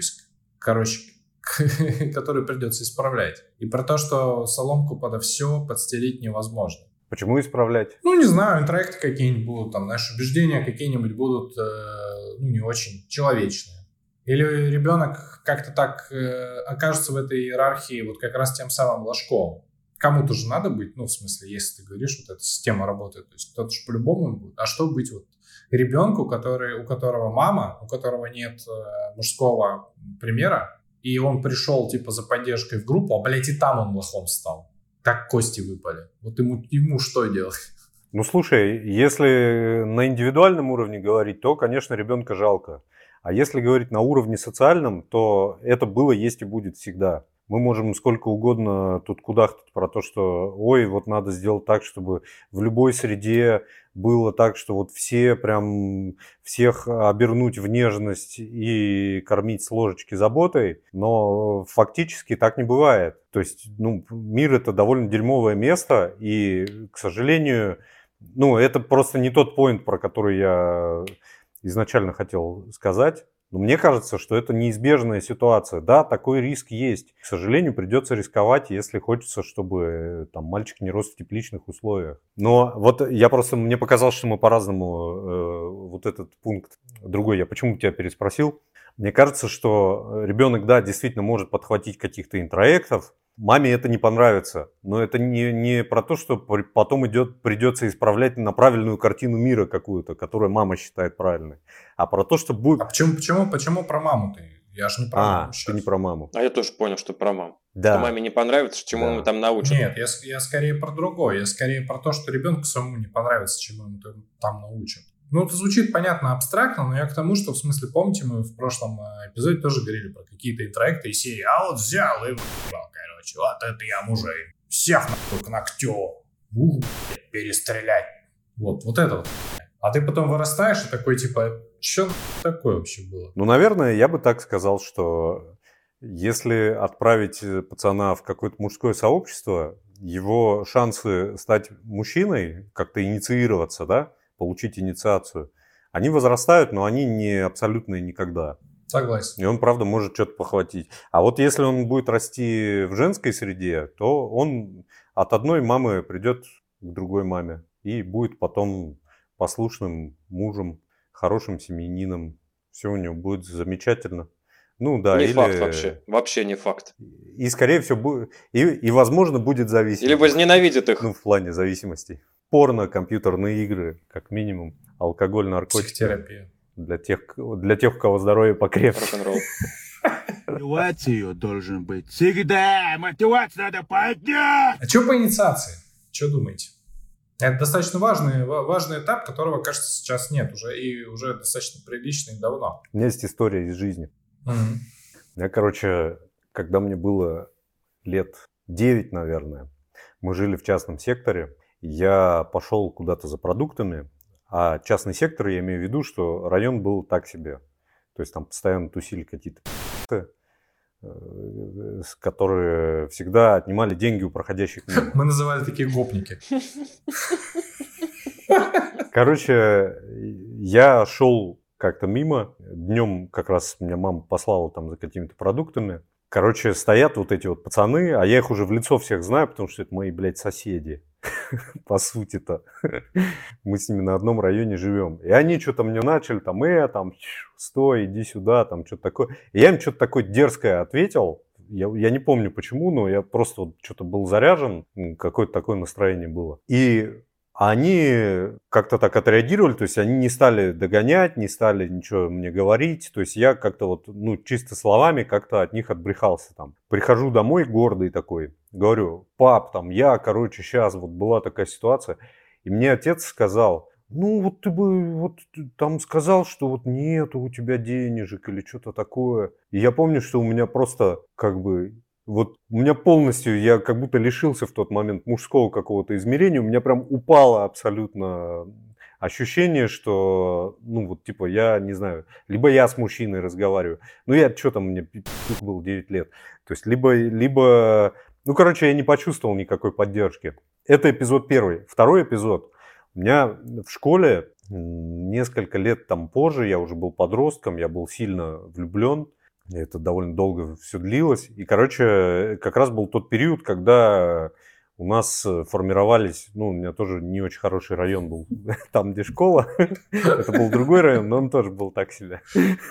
[SPEAKER 3] которые придется исправлять. И про то, что соломку подо все подстелить невозможно.
[SPEAKER 2] Почему исправлять?
[SPEAKER 3] Не знаю, интроекты какие-нибудь будут, убеждения какие-нибудь будут не очень человечные. Или ребенок как-то так окажется в этой иерархии вот как раз тем самым ложком. Кому-то же надо быть, если ты говоришь, вот эта система работает, то есть кто-то же по-любому будет. А что быть ребенку, у которого мама, у которого нет мужского примера, и он пришел за поддержкой в группу, и там он лохом стал. Как кости выпали. Вот ему что делать?
[SPEAKER 2] Слушай, если на индивидуальном уровне говорить, то, конечно, ребенка жалко. А если говорить на уровне социальном, то это было, есть и будет всегда. Мы можем сколько угодно тут кудахтать про то, что надо сделать так, чтобы в любой среде было так, что всех обернуть в нежность и кормить с ложечки заботой, но фактически так не бывает. То есть, мир это довольно дерьмовое место, и, к сожалению, это просто не тот поинт, про который я изначально хотел сказать. Но мне кажется, что это неизбежная ситуация. Да, такой риск есть. К сожалению, придется рисковать, если хочется, чтобы мальчик не рос в тепличных условиях. Но мне показалось, что мы по-разному этот пункт другой. Я почему тебя переспросил? Мне кажется, что ребенок, да, действительно может подхватить каких-то интроектов. Маме это не понравится. Но это не про то, что потом придется исправлять на правильную картину мира какую-то, которую мама считает правильной. А про то, что будет...
[SPEAKER 3] А почему про маму ты? Я же не про маму сейчас.
[SPEAKER 2] Ты не про маму.
[SPEAKER 1] А я тоже понял, что про маму.
[SPEAKER 2] Да.
[SPEAKER 1] Что маме не понравится, чему мы там научим.
[SPEAKER 3] Нет, я скорее про другое. Я скорее про то, что ребенку самому не понравится, чему ему там научат. Это звучит, понятно, абстрактно, но я к тому, что, в смысле, помните, мы в прошлом эпизоде тоже говорили про какие-то интроекты и серии, взял и вот это я мужей, всех к ногтю, перестрелять. Вот это. А ты потом вырастаешь и такой, что такое вообще было?
[SPEAKER 2] Наверное, я бы так сказал, что если отправить пацана в какое-то мужское сообщество, его шансы стать мужчиной, как-то инициироваться, да, получить инициацию, они возрастают, но они не абсолютные никогда.
[SPEAKER 3] Согласен.
[SPEAKER 2] И он, правда, может что-то похватить. А вот если он будет расти в женской среде, то он от одной мамы придет к другой маме и будет потом послушным мужем, хорошим семьянином. Все у него будет замечательно.
[SPEAKER 1] Не факт вообще. Вообще не факт.
[SPEAKER 2] И, скорее всего, будет, и возможно, будет зависеть.
[SPEAKER 1] Или возненавидит их.
[SPEAKER 2] В плане зависимостей. Порно, компьютерные игры, как минимум. Алкоголь, наркотики.
[SPEAKER 3] Психотерапия.
[SPEAKER 2] Для тех, у кого здоровье покрепче.
[SPEAKER 1] Рок-н-ролл.
[SPEAKER 5] Мотивацию должен быть всегда. Мотивацию надо поднять.
[SPEAKER 3] А что по инициации? Что думаете? Это достаточно важный этап, которого, кажется, сейчас нет уже. И уже достаточно приличный давно.
[SPEAKER 2] У меня есть история из жизни. Я, когда мне было лет 9, наверное, мы жили в частном секторе. Я пошел куда-то за продуктами. А частный сектор, я имею в виду, что район был так себе. То есть там постоянно тусили какие-то которые всегда отнимали деньги у проходящих мимо.
[SPEAKER 3] Мы называли таких гопники.
[SPEAKER 2] Я шел как-то мимо. Днем как раз меня мама послала там за какими-то продуктами. Стоят вот эти вот пацаны, а я их уже в лицо всех знаю, потому что это мои, блядь, соседи. По сути-то. Мы с ними на одном районе живем. И они что-то мне начали, там, стой, иди сюда, там, что-то такое. И я им что-то такое дерзкое ответил. Я не помню почему, но я просто вот что-то был заряжен, какое-то такое настроение было. И они как-то так отреагировали, то есть они не стали догонять, не стали ничего мне говорить. То есть я как-то вот, чисто словами как-то от них отбрехался там. Прихожу домой гордый такой, говорю: пап, я, сейчас вот была такая ситуация. И мне отец сказал: вот ты бы вот там сказал, что вот нету у тебя денежек или что-то такое. И я помню, что у меня просто вот у меня полностью, я как будто лишился в тот момент мужского какого-то измерения. У меня прям упало абсолютно ощущение, что, я не знаю, либо я с мужчиной разговариваю. Мне было 9 лет. То есть, либо, я не почувствовал никакой поддержки. Это эпизод первый. Второй эпизод. У меня в школе несколько лет там позже, я уже был подростком, я был сильно влюблен. Это довольно долго все длилось. И, как раз был тот период, когда у нас формировались, у меня тоже не очень хороший район был, там, где школа. Это был другой район, но он тоже был так себе.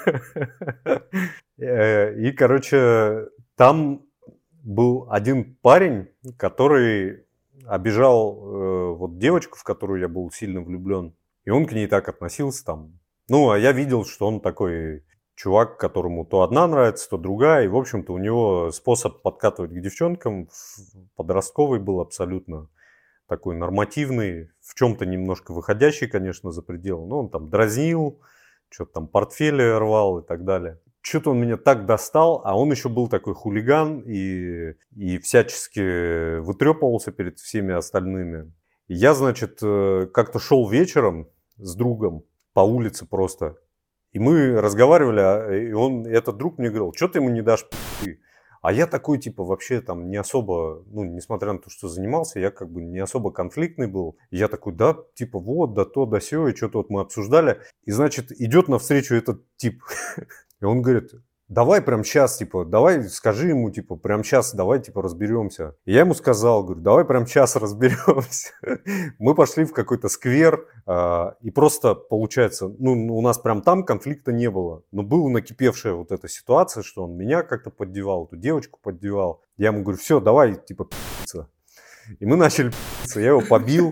[SPEAKER 2] И, там был один парень, который обижал девочку, в которую я был сильно влюблен. И он к ней так относился там. А я видел, что он такой чувак, которому то одна нравится, то другая. И, в общем-то, у него способ подкатывать к девчонкам подростковый был абсолютно такой нормативный, в чем-то немножко выходящий, конечно, за пределы. Но он там дразнил, что-то там портфели рвал и так далее. Что-то он меня так достал, а он еще был такой хулиган и всячески вытрепывался перед всеми остальными. И я, как-то шел вечером с другом по улице просто. И мы разговаривали, и этот друг мне говорил: что ты ему не дашь пи***? А я такой, вообще там не особо, несмотря на то, что занимался, я не особо конфликтный был. И я такой: да, вот, да то, да сё, и что-то вот мы обсуждали. И, идет навстречу этот тип. И он говорит: давай прямо сейчас, давай скажи ему, прямо сейчас давай, разберемся. И я ему сказал, говорю: давай прямо сейчас разберемся. Мы пошли в какой-то сквер, и просто, получается, у нас прям там конфликта не было. Но была накипевшая вот эта ситуация, что он меня как-то поддевал, эту девочку поддевал. Я ему говорю: все, давай, пи***ться. И мы начали пи***ться, я его побил.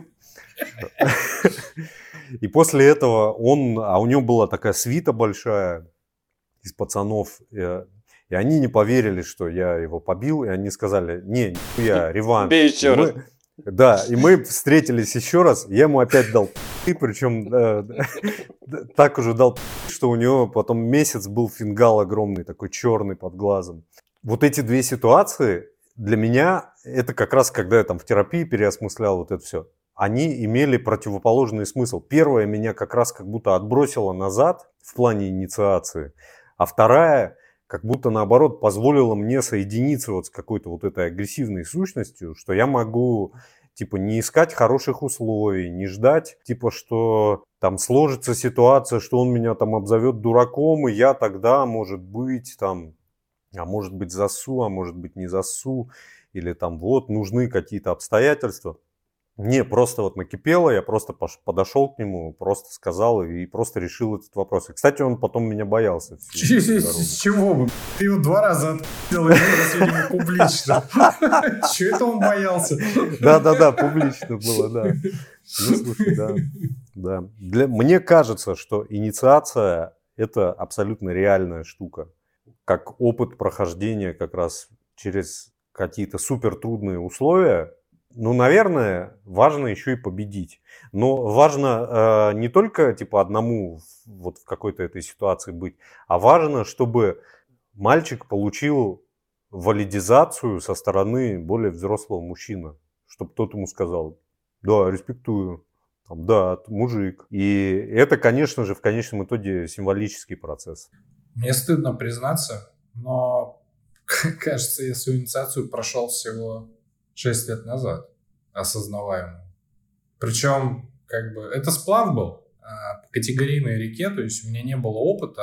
[SPEAKER 2] И после этого у него была такая свита большая из пацанов, и они не поверили, что я его побил, и они сказали: не, нихуя, реванш.
[SPEAKER 1] Бей еще раз.
[SPEAKER 2] Да, и мы встретились еще раз, я ему опять дал причем так уже дал, что у него потом месяц был фингал огромный, такой черный под глазом. Вот эти две ситуации для меня, это как раз когда я там в терапии переосмыслял вот это все, они имели противоположный смысл. Первая меня как раз как будто отбросила назад в плане инициации, а вторая как будто наоборот позволила мне соединиться вот с какой-то вот этой агрессивной сущностью, что я могу не искать хороших условий, не ждать, что там сложится ситуация, что он меня там обзовет дураком, и я тогда, может быть, там, а может быть засу, а может быть не засу, или там вот нужны какие-то обстоятельства. Не, просто вот накипело, я просто подошел к нему, просто сказал и просто решил этот вопрос. И, кстати, он потом меня боялся.
[SPEAKER 3] С чего бы? Ты его 2 раза отпи***л, и раз, видимо, публично. Чего это он боялся?
[SPEAKER 2] Да, публично было, да. Слушай, да. Мне кажется, что инициация – это абсолютно реальная штука. как опыт прохождения как раз через какие-то супертрудные условия, ну, наверное, важно еще и победить. Но важно не только типа одному вот в какой-то этой ситуации быть, а важно, чтобы мальчик получил валидизацию со стороны более взрослого мужчины, чтобы тот ему сказал: да, респектую, там, да, ты мужик. И это, конечно же, в конечном итоге символический процесс.
[SPEAKER 3] Мне стыдно признаться, но, кажется, я свою инициацию прошел всего 6 лет назад, осознаваемо. Причем, как бы, это сплав был по категорийной реке, то есть у меня не было опыта,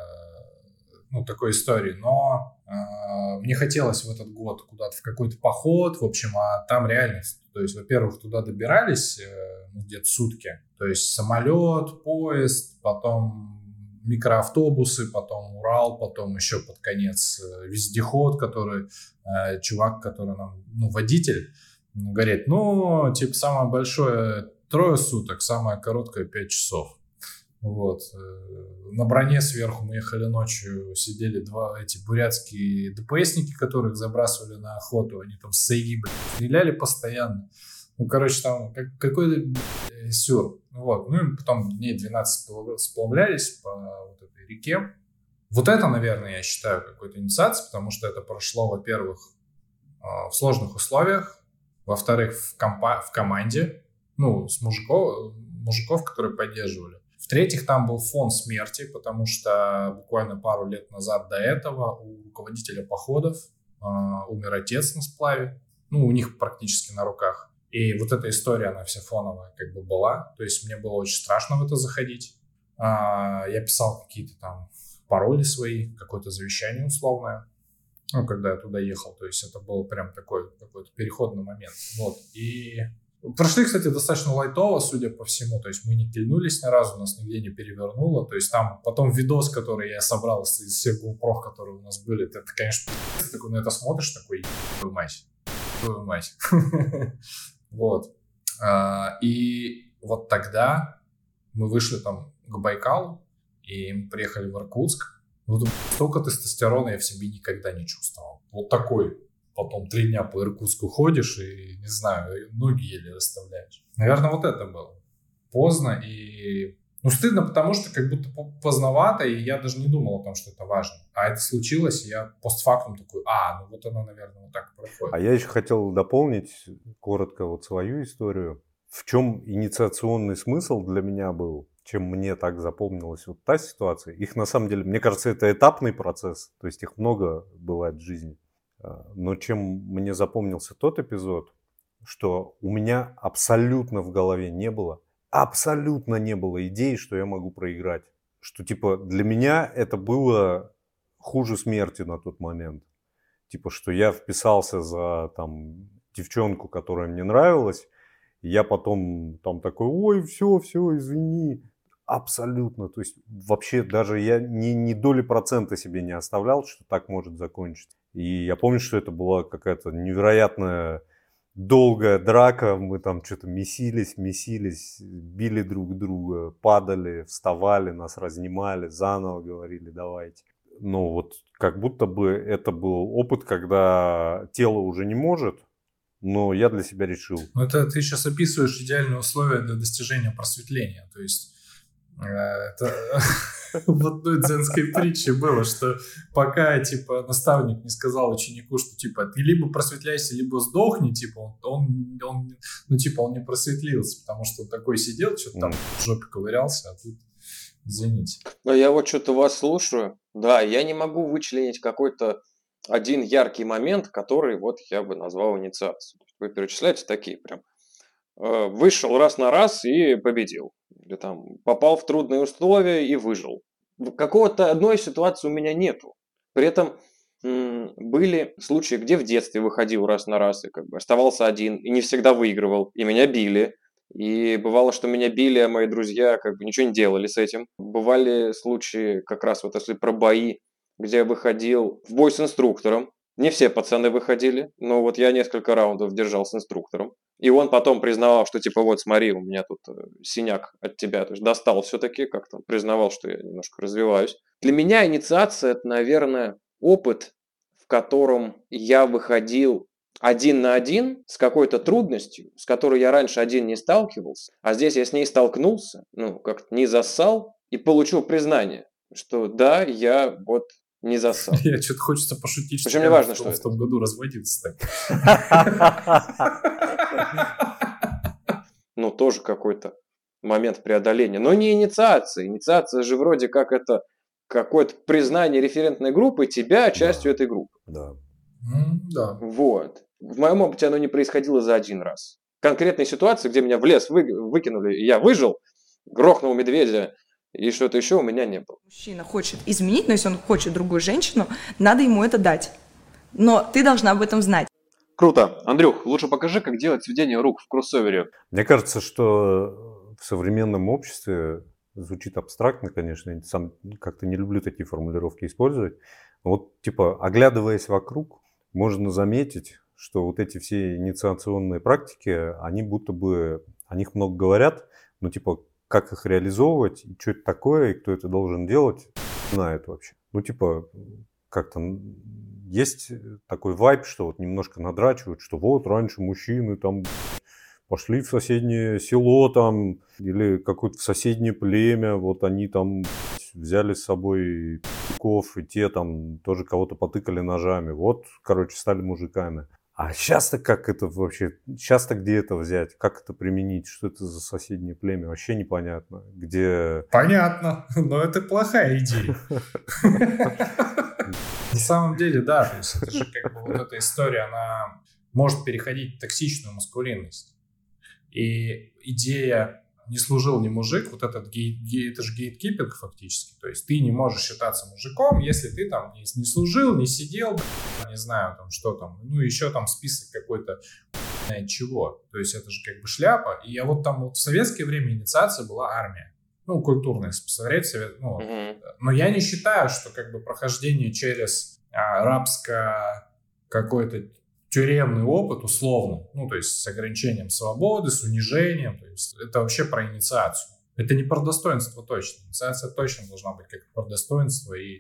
[SPEAKER 3] ну, такой истории, но мне хотелось в этот год куда-то в какой-то поход, в общем, а там реальность. То есть, во-первых, туда добирались где-то сутки, то есть самолет, поезд, потом микроавтобусы, потом Урал, потом еще под конец вездеход, который чувак, который нам, ну, водитель, говорит, ну, типа, самое большое 3 суток, самое короткое 5 часов. Вот. На броне сверху мы ехали ночью, сидели 2 эти бурятские ДПСники, которых забрасывали на охоту, они там с сайги, стреляли постоянно. Ну, короче, там какой-то сюр. Вот. Ну, и потом дней 12 сплавлялись по вот этой реке. Вот это, наверное, я считаю какой-то инициацией, потому что это прошло, во-первых, в сложных условиях, во-вторых, в команде, ну, с мужиков, которые поддерживали. В-третьих, там был фон смерти, потому что буквально пару лет назад до этого у руководителя походов умер отец на сплаве, ну, у них практически на руках. И вот эта история, она вся фоновая как бы была, то есть мне было очень страшно в это заходить. Я писал какие-то там пароли свои, какое-то завещание условное, ну, когда я туда ехал, то есть это был прям такой какой-то переходный момент, вот, и прошли, кстати, достаточно лайтово, судя по всему, то есть мы не кильнулись ни разу, нас нигде не перевернуло, то есть там потом видос, который я собрал из всех GoPro, которые у нас были, ты, конечно, ты такой на это смотришь, такой, твою мать, вот, и вот тогда мы вышли там к Байкалу, и мы приехали в Иркутск, ну, столько тестостерона я в себе никогда не чувствовал, вот такой. Потом 3 дня по Иркутску ходишь и, не знаю, ноги еле расставляешь. Наверное, вот это было. Поздно и... Ну, стыдно, потому что как будто поздновато, и я даже не думал о том, что это важно. А это случилось, и я постфактум такой, ну вот оно, наверное, вот так проходит.
[SPEAKER 2] А я еще хотел дополнить коротко вот свою историю. В чем инициационный смысл для меня был, чем мне так запомнилась вот та ситуация. Их на самом деле, мне кажется, это этапный процесс, то есть их много бывает в жизни. Но чем мне запомнился тот эпизод, что у меня абсолютно в голове не было идеи, что я могу проиграть. Что типа для меня это было хуже смерти на тот момент. Типа, что я вписался за там девчонку, которая мне нравилась, и я потом там такой, ой, все, извини. Абсолютно. То есть вообще даже я ни доли процента себе не оставлял, что так может закончиться. И я помню, что это была какая-то невероятная долгая драка. Мы там что-то месились, били друг друга, падали, вставали, нас разнимали, заново говорили, давайте. Но вот как будто бы это был опыт, когда тело уже не может, но я для себя решил.
[SPEAKER 3] Ну, это ты сейчас описываешь идеальные условия для достижения просветления. То есть это в одной дзенской притче было, что пока, типа, наставник не сказал ученику, что, типа, ты либо просветляйся, либо сдохни, типа, он не просветлился, потому что он такой сидел, что-то там в жопе ковырялся, а тут, извините.
[SPEAKER 1] Но я вот что-то вас слушаю, да, я не могу вычленить какой-то один яркий момент, который вот я бы назвал инициацией. Вы перечисляете такие прям. Вышел раз на раз и победил. Или там попал в трудные условия и выжил. Какого-то одной ситуации у меня нету. При этом были случаи, где в детстве выходил раз на раз и как бы оставался один, и не всегда выигрывал, и меня били. И бывало, что меня били, а мои друзья как бы ничего не делали с этим. Бывали случаи, как раз вот если про бои, где я выходил в бой с инструктором. Не все пацаны выходили, но вот я несколько раундов держал с инструктором. И он потом признавал, что типа вот смотри, у меня тут синяк от тебя. То есть достал все-таки, как-то признавал, что я немножко развиваюсь. Для меня инициация, это, наверное, опыт, в котором я выходил один на один с какой-то трудностью, с которой я раньше один не сталкивался, а здесь я с ней столкнулся, как-то не зассал и получил признание, что да, я вот не зассал.
[SPEAKER 3] Я что-то хочется пошутить,
[SPEAKER 1] Причем не важно, что
[SPEAKER 3] в том году разводиться так.
[SPEAKER 1] Тоже какой-то момент преодоления. Но не инициация. Инициация же вроде как это какое-то признание референтной группы, тебя частью этой группы.
[SPEAKER 2] Да.
[SPEAKER 3] Да.
[SPEAKER 1] Вот. В моем опыте оно не происходило за один раз. Конкретные ситуации, где меня в лес выкинули, и я выжил, грохнул медведя, и что-то еще у меня не было.
[SPEAKER 7] Мужчина хочет изменить, но если он хочет другую женщину, надо ему это дать. Но ты должна об этом знать.
[SPEAKER 8] Круто. Андрюх, лучше покажи, как делать сведение рук в кроссовере.
[SPEAKER 2] Мне кажется, что в современном обществе звучит абстрактно, конечно, я сам как-то не люблю такие формулировки использовать. Вот, оглядываясь вокруг, можно заметить, что вот эти все инициационные практики, они будто бы, о них много говорят, но как их реализовывать, и что это такое, и кто это должен делать, не знает вообще. Как-то есть такой вайб, что вот немножко надрачивают, что вот раньше мужчины там пошли в соседнее село там, или какое-то в соседнее племя, вот они там взяли с собой пиков, и те там тоже кого-то потыкали ножами, стали мужиками. А сейчас-то как это вообще, сейчас-то где это взять, как это применить, что это за соседнее племя, вообще непонятно, где...
[SPEAKER 3] Понятно, но это плохая идея. На самом деле, да, то есть это же вот эта история, она может переходить в токсичную маскулинность. И идея «не служил ни мужик», вот это же гейткипинг фактически, то есть ты не можешь считаться мужиком, если ты там не служил, не сидел, не знаю, там что там, еще там список какой-то чего, то есть это же шляпа. И в советское время инициация была армия, культурная, если посмотреть, но я не считаю, что прохождение через рабско какой-то тюремный опыт условно, то есть с ограничением свободы, с унижением, то есть это вообще про инициацию. Это не про достоинство точно. Инициация точно должна быть как про достоинство и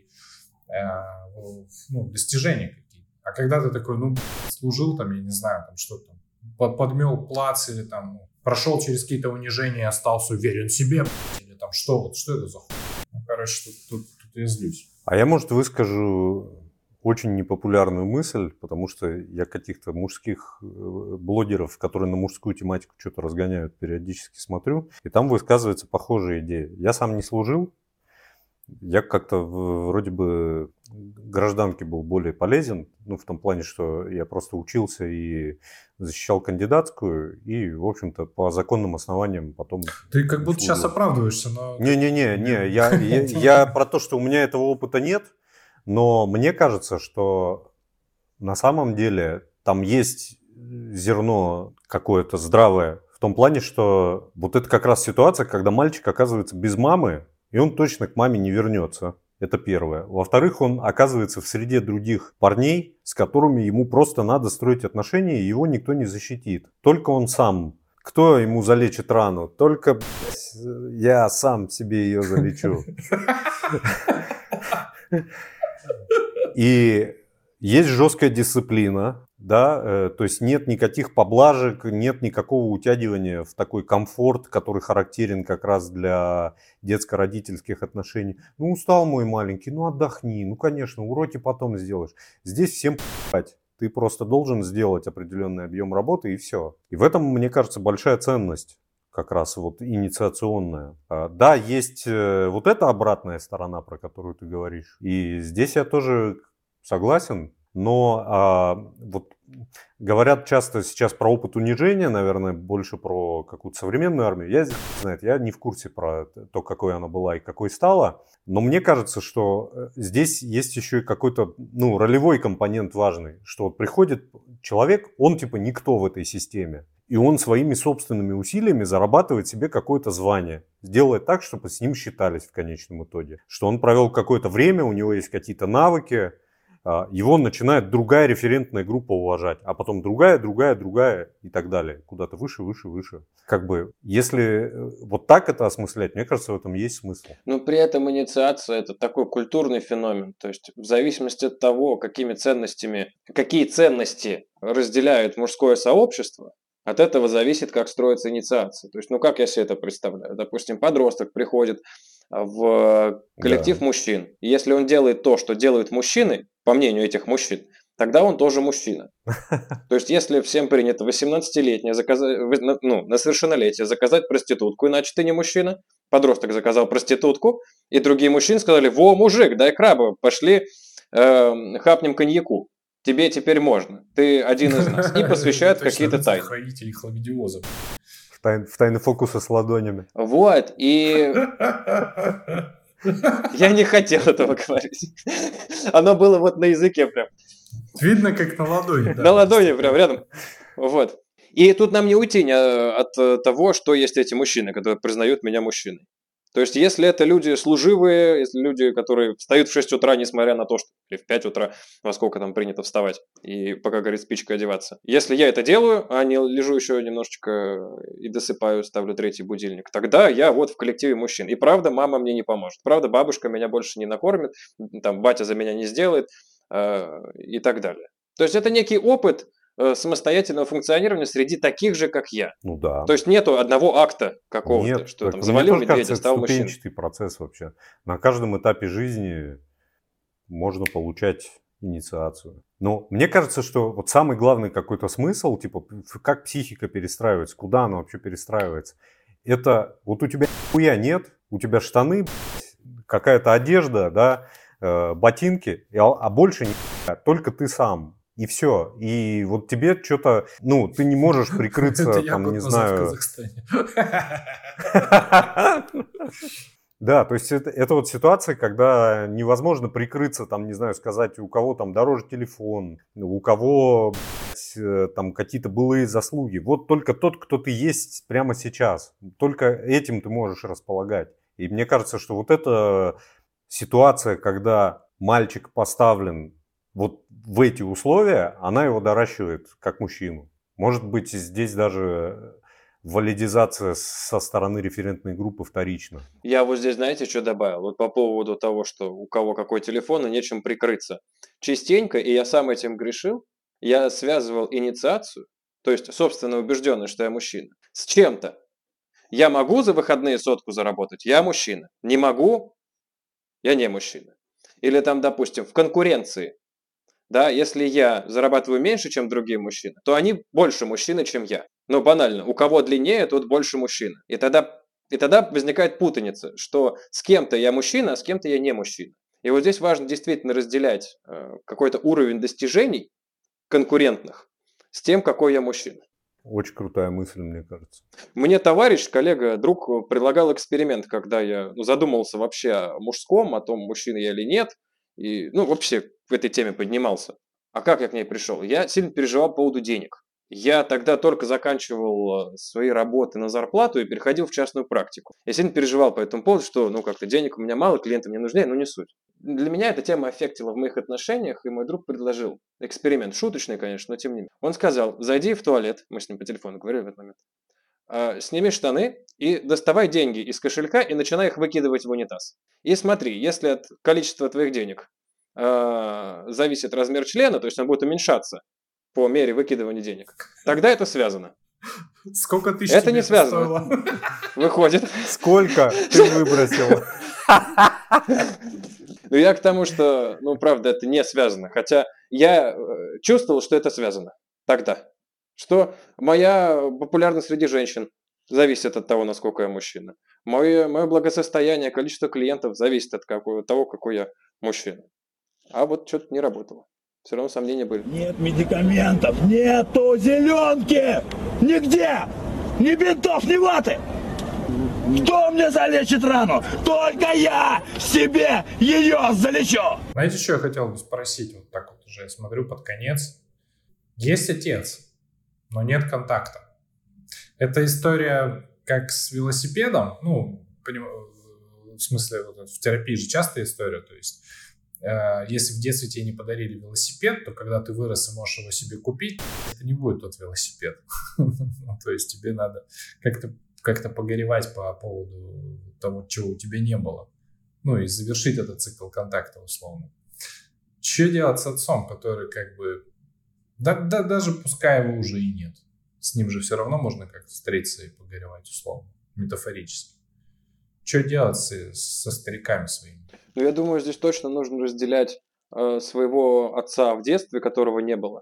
[SPEAKER 3] достижения какие-то. А когда ты такой, служил там, я не знаю, там что-то, подмел плац или там прошел через какие-то унижения и остался уверен в себе, или там что это за хуй? Тут я злюсь.
[SPEAKER 2] А я, может, выскажу очень непопулярную мысль, потому что я каких-то мужских блогеров, которые на мужскую тематику что-то разгоняют, периодически смотрю, и там высказывается похожая идея. Я сам не служил, я как-то вроде бы гражданке был более полезен, в том плане, что я просто учился и защищал кандидатскую, и, в общем-то, по законным основаниям потом...
[SPEAKER 3] Ты как будто сейчас оправдываешься, но...
[SPEAKER 2] Не, я про то, что у меня этого опыта нет, но мне кажется, что на самом деле там есть зерно какое-то здравое в том плане, что вот это как раз ситуация, когда мальчик оказывается без мамы, и он точно к маме не вернется. Это первое. Во-вторых, он оказывается в среде других парней, с которыми ему просто надо строить отношения, и его никто не защитит. Только он сам. Кто ему залечит рану? Только я сам себе ее залечу. И есть жесткая дисциплина, да, то есть нет никаких поблажек, нет никакого утягивания в такой комфорт, который характерен как раз для детско-родительских отношений. Устал мой маленький, отдохни, конечно, уроки потом сделаешь. Здесь всем п***ать. Ты просто должен сделать определенный объем работы и все. И в этом, мне кажется, большая ценность. Как раз инициационная. Да, есть вот эта обратная сторона, про которую ты говоришь. И здесь я тоже согласен. Но говорят часто сейчас про опыт унижения, наверное, больше про какую-то современную армию. Я не в курсе про то, какой она была и какой стала. Но мне кажется, что здесь есть еще и какой-то ролевой компонент важный. Что приходит человек, он никто в этой системе. И он своими собственными усилиями зарабатывает себе какое-то звание. Делает так, чтобы с ним считались в конечном итоге. Что он провел какое-то время, у него есть какие-то навыки, его начинает другая референтная группа уважать, а потом другая и так далее. Куда-то выше. Как бы, если вот так это осмыслять, мне кажется, в этом есть смысл.
[SPEAKER 1] Но при этом инициация – это такой культурный феномен. То есть в зависимости от того, какие ценности разделяют мужское сообщество, от этого зависит, как строится инициация. То есть, ну как я себе это представляю? Допустим, подросток приходит в коллектив мужчин. И если он делает то, что делают мужчины, по мнению этих мужчин, тогда он тоже мужчина. То есть, если всем принято 18-летнее на совершеннолетие заказать проститутку, иначе ты не мужчина. Подросток заказал проститутку, и другие мужчины сказали: во, мужик, дай краба, пошли хапнем коньяку. Тебе теперь можно. Ты один из нас. И посвящают какие-то тайны.
[SPEAKER 3] Хранители хламидиоза.
[SPEAKER 2] В тайны фокуса с ладонями.
[SPEAKER 1] Вот, и... Я не хотел этого говорить. Оно было вот на языке прям.
[SPEAKER 3] Видно, как на ладони.
[SPEAKER 1] На ладони прям рядом. Вот. И тут нам не уйти от того, что есть эти мужчины, которые признают меня мужчиной. То есть, если это люди служивые, если люди, которые встают в 6 утра, несмотря на то, что или в 5 утра, во сколько там принято вставать, и пока горит спичка, одеваться. Если я это делаю, а не лежу еще немножечко и досыпаю, ставлю 3-й будильник, тогда я вот в коллективе мужчин. И правда, мама мне не поможет. Правда, бабушка меня больше не накормит, там, батя за меня не сделает и так далее. То есть, это некий опыт самостоятельного функционирования среди таких же, как я.
[SPEAKER 2] Ну да.
[SPEAKER 1] То есть нету одного акта какого-то,
[SPEAKER 2] Нет,
[SPEAKER 1] что там завалил медведя, стал мужчиной.
[SPEAKER 2] Это ступенчатый процесс вообще. На каждом этапе жизни можно получать инициацию. Но мне кажется, что вот самый главный какой-то смысл, типа, как психика перестраивается, куда она вообще перестраивается, это вот у тебя хуя нет, у тебя штаны, какая-то одежда, да, ботинки, а больше не только ты сам. И все. И вот тебе что-то, ну, ты не можешь прикрыться, там, не знаю. Да, то есть это вот ситуация, когда невозможно прикрыться, там, не знаю, сказать, у кого там дороже телефон, у кого там какие-то былые заслуги. Вот только тот, кто ты есть прямо сейчас. Только этим ты можешь располагать. И мне кажется, что вот эта ситуация, когда мальчик поставлен вот в эти условия, она его доращивает как мужчину. Может быть, здесь даже валидизация со стороны референтной группы вторична.
[SPEAKER 1] Я вот здесь, знаете, что добавил? Вот по поводу того, что у кого какой телефон и нечем прикрыться. Частенько, и я сам этим грешил, я связывал инициацию, то есть собственно убежденность, что я мужчина, с чем-то. Я могу за выходные 100 заработать? Я мужчина. Не могу? Я не мужчина. Или там, допустим, в конкуренции. Да, если я зарабатываю меньше, чем другие мужчины, то они больше мужчины, чем я. Но банально, у кого длиннее, тот больше мужчина. И тогда возникает путаница, что с кем-то я мужчина, а с кем-то я не мужчина. И вот здесь важно действительно разделять какой-то уровень достижений конкурентных с тем, какой я мужчина.
[SPEAKER 2] Очень крутая мысль, мне кажется.
[SPEAKER 1] Мне товарищ, коллега, друг предлагал эксперимент, когда я задумался вообще о мужском, о том, мужчина я или нет. И, вообще в этой теме поднимался. А как я к ней пришел? Я сильно переживал по поводу денег. Я тогда только заканчивал свои работы на зарплату и переходил в частную практику. Я сильно переживал по этому поводу, что, как-то денег у меня мало, клиенты мне нужнее, но не суть. Для меня эта тема аффектила в моих отношениях, и мой друг предложил эксперимент, шуточный, конечно, но тем не менее. Он сказал: зайди в туалет, мы с ним по телефону говорили в этот момент, сними штаны и доставай деньги из кошелька и начинай их выкидывать в унитаз. И смотри, если от количества твоих денег зависит размер члена, то есть он будет уменьшаться по мере выкидывания денег, тогда это связано.
[SPEAKER 3] Сколько тысяч
[SPEAKER 1] это не связано.
[SPEAKER 3] Стоило?
[SPEAKER 1] Выходит.
[SPEAKER 2] Сколько ты выбросил?
[SPEAKER 1] Я к тому, что, правда, это не связано. Хотя я чувствовал, что это связано тогда. Что моя популярность среди женщин зависит от того, насколько я мужчина. Мое благосостояние, количество клиентов зависит от того, какой я мужчина. А вот что-то не работало. Все равно сомнения были.
[SPEAKER 9] Нет медикаментов, нету зеленки! Нигде! Ни бинтов, ни ваты! Кто мне залечит рану? Только я себе ее залечу!
[SPEAKER 3] Знаете, что я хотел бы спросить? Вот так вот уже я смотрю под конец. Есть отец, но нет контакта. Это история как с велосипедом. В смысле, в терапии же частая история. То есть Если в детстве тебе не подарили велосипед, то когда ты вырос и можешь его себе купить, это не будет тот велосипед. То есть тебе надо как-то погоревать по поводу того, чего у тебя не было. Ну и завершить этот цикл контакта условно. Что делать с отцом, который как бы... даже пускай его уже и нет. С ним же все равно можно как-то встретиться и погоревать условно, метафорически. Что делать со стариками своими?
[SPEAKER 8] Ну, я думаю, здесь точно нужно разделять своего отца в детстве, которого не было,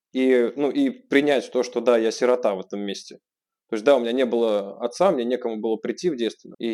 [SPEAKER 8] и принять то, что да, я сирота в этом месте. То есть да, у меня не было отца, мне некому было прийти в детстве, и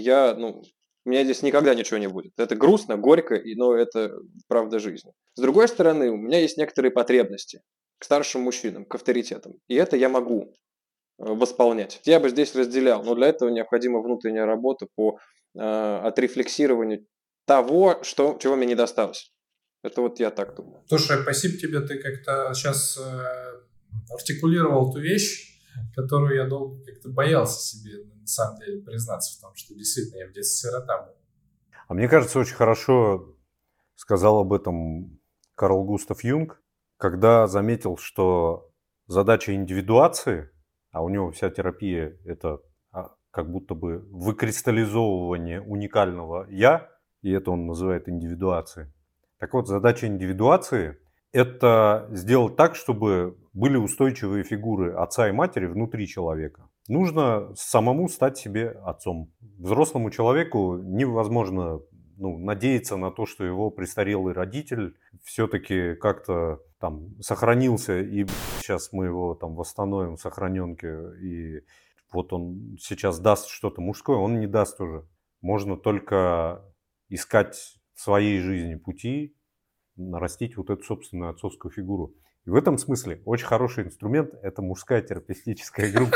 [SPEAKER 8] у меня здесь никогда ничего не будет. Это грустно, горько, но это правда жизни. С другой стороны, у меня есть некоторые потребности к старшим мужчинам, к авторитетам, и это я могу восполнять. Я бы здесь разделял, но для этого необходима внутренняя работа по отрефлексированию того, чего мне не досталось. Это вот я так думаю.
[SPEAKER 3] Слушай, спасибо тебе, ты как-то сейчас артикулировал ту вещь, которую я долго как-то боялся себе, на самом деле, признаться в том, что действительно я в детстве сирота был.
[SPEAKER 2] А мне кажется, очень хорошо сказал об этом Карл Густав Юнг, когда заметил, что задача индивидуации, а у него вся терапия – это как будто бы выкристаллизовывание уникального «я», и это он называет индивидуацией. Так вот, задача индивидуации – это сделать так, чтобы были устойчивые фигуры отца и матери внутри человека. Нужно самому стать себе отцом. Взрослому человеку невозможно надеяться на то, что его престарелый родитель все-таки как-то там сохранился, и сейчас мы его там восстановим в сохраненке, и вот он сейчас даст что-то мужское, он не даст уже. Можно только искать в своей жизни пути, нарастить вот эту собственную отцовскую фигуру. И в этом смысле очень хороший инструмент – это мужская терапевтическая группа.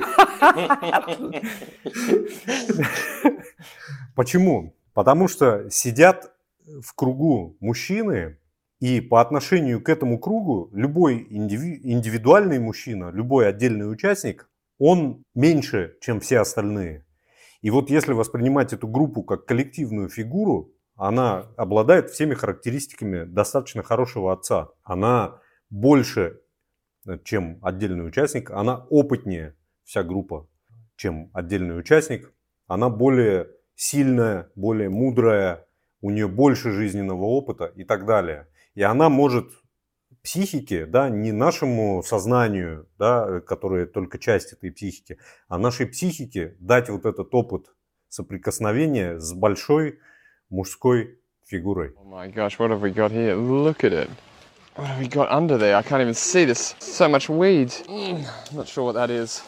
[SPEAKER 2] Почему? Потому что сидят в кругу мужчины, и по отношению к этому кругу любой индивидуальный мужчина, любой отдельный участник, он меньше, чем все остальные. И вот если воспринимать эту группу как коллективную фигуру, она обладает всеми характеристиками достаточно хорошего отца. Она больше, чем отдельный участник, она опытнее, вся группа, чем отдельный участник. Она более сильная, более мудрая, у нее больше жизненного опыта и так далее. И она может психике, да, не нашему сознанию, да, которое только часть этой психики, а нашей психике дать вот этот опыт соприкосновения с большой мужской фигурой.
[SPEAKER 10] Oh my gosh, what have we got here? Look at it. What have we got under there? I can't even see this. So much weed. Not sure what that is.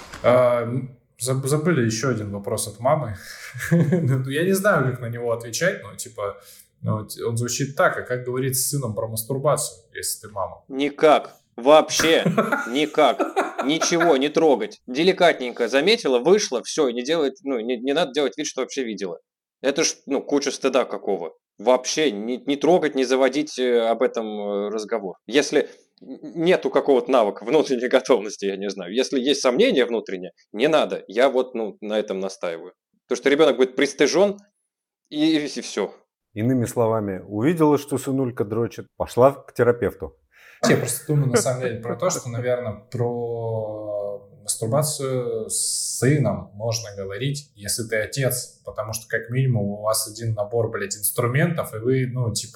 [SPEAKER 3] Забыли еще один вопрос от мамы. Я не знаю, как на него отвечать, но он звучит так, а как говорить с сыном про мастурбацию, если ты мама?
[SPEAKER 8] Никак. Вообще никак. Ничего не трогать. Деликатненько заметила, вышла, все, не надо делать вид, что вообще видела. Это ж, куча стыда какого. Вообще не трогать, не заводить об этом разговор. Если нету какого-то навыка, внутренней готовности, я не знаю. Если есть сомнения внутренние, не надо. Я на этом настаиваю. То, что ребенок будет пристыжен, и все.
[SPEAKER 2] Иными словами, увидела, что сынулька дрочит, пошла к терапевту.
[SPEAKER 3] Я просто думаю, на самом деле, про то, что, наверное, про мастурбацию с сыном можно говорить, если ты отец, потому что, как минимум, у вас один набор, инструментов, и вы,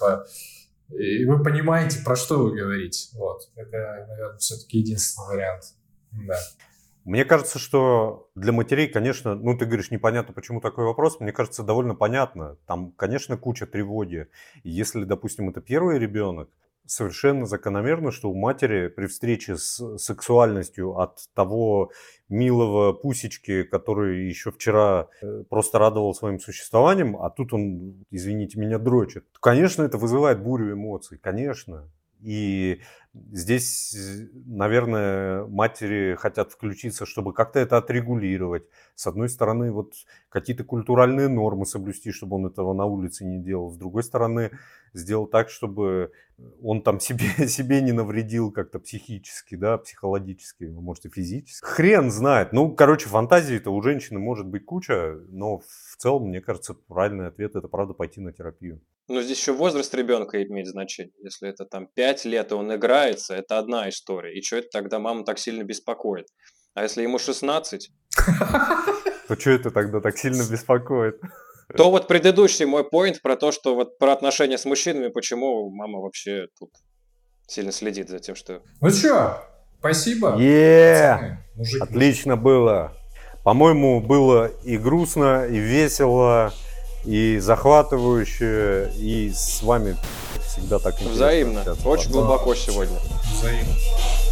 [SPEAKER 3] и вы понимаете, про что вы говорите. Вот. Это, наверное, все-таки единственный вариант. Да.
[SPEAKER 2] Мне кажется, что для матерей, конечно, ты говоришь, непонятно, почему такой вопрос, мне кажется, довольно понятно. Там, конечно, куча тревоги. И если, допустим, это первый ребенок, совершенно закономерно, что у матери при встрече с сексуальностью от того милого пусечки, который еще вчера просто радовал своим существованием, а тут он, извините меня, дрочит, то, конечно, это вызывает бурю эмоций, конечно. И Здесь, наверное, матери хотят включиться, чтобы как-то это отрегулировать. С одной стороны, вот какие-то культуральные нормы соблюсти, чтобы он этого на улице не делал. С другой стороны, сделать так, чтобы он там себе не навредил как-то психически, да, психологически, может и физически. Хрен знает. Ну, короче, фантазии-то у женщины может быть куча, но в целом, мне кажется, правильный ответ – это, правда, пойти на терапию.
[SPEAKER 1] Но здесь еще возраст ребенка имеет значение. Если это там 5 лет, и он играется, это одна история. И что это тогда маму так сильно беспокоит? А если ему 16?
[SPEAKER 2] То что это тогда так сильно беспокоит?
[SPEAKER 1] То вот предыдущий мой поинт про то, что вот про отношения с мужчинами, почему мама вообще тут сильно следит за тем, что...
[SPEAKER 3] Ну что, спасибо.
[SPEAKER 2] Пацаны, отлично было. По-моему, было и грустно, и весело, и захватывающе, и с вами всегда так интересно.
[SPEAKER 1] Взаимно. Очень глубоко сегодня.
[SPEAKER 3] Взаимно.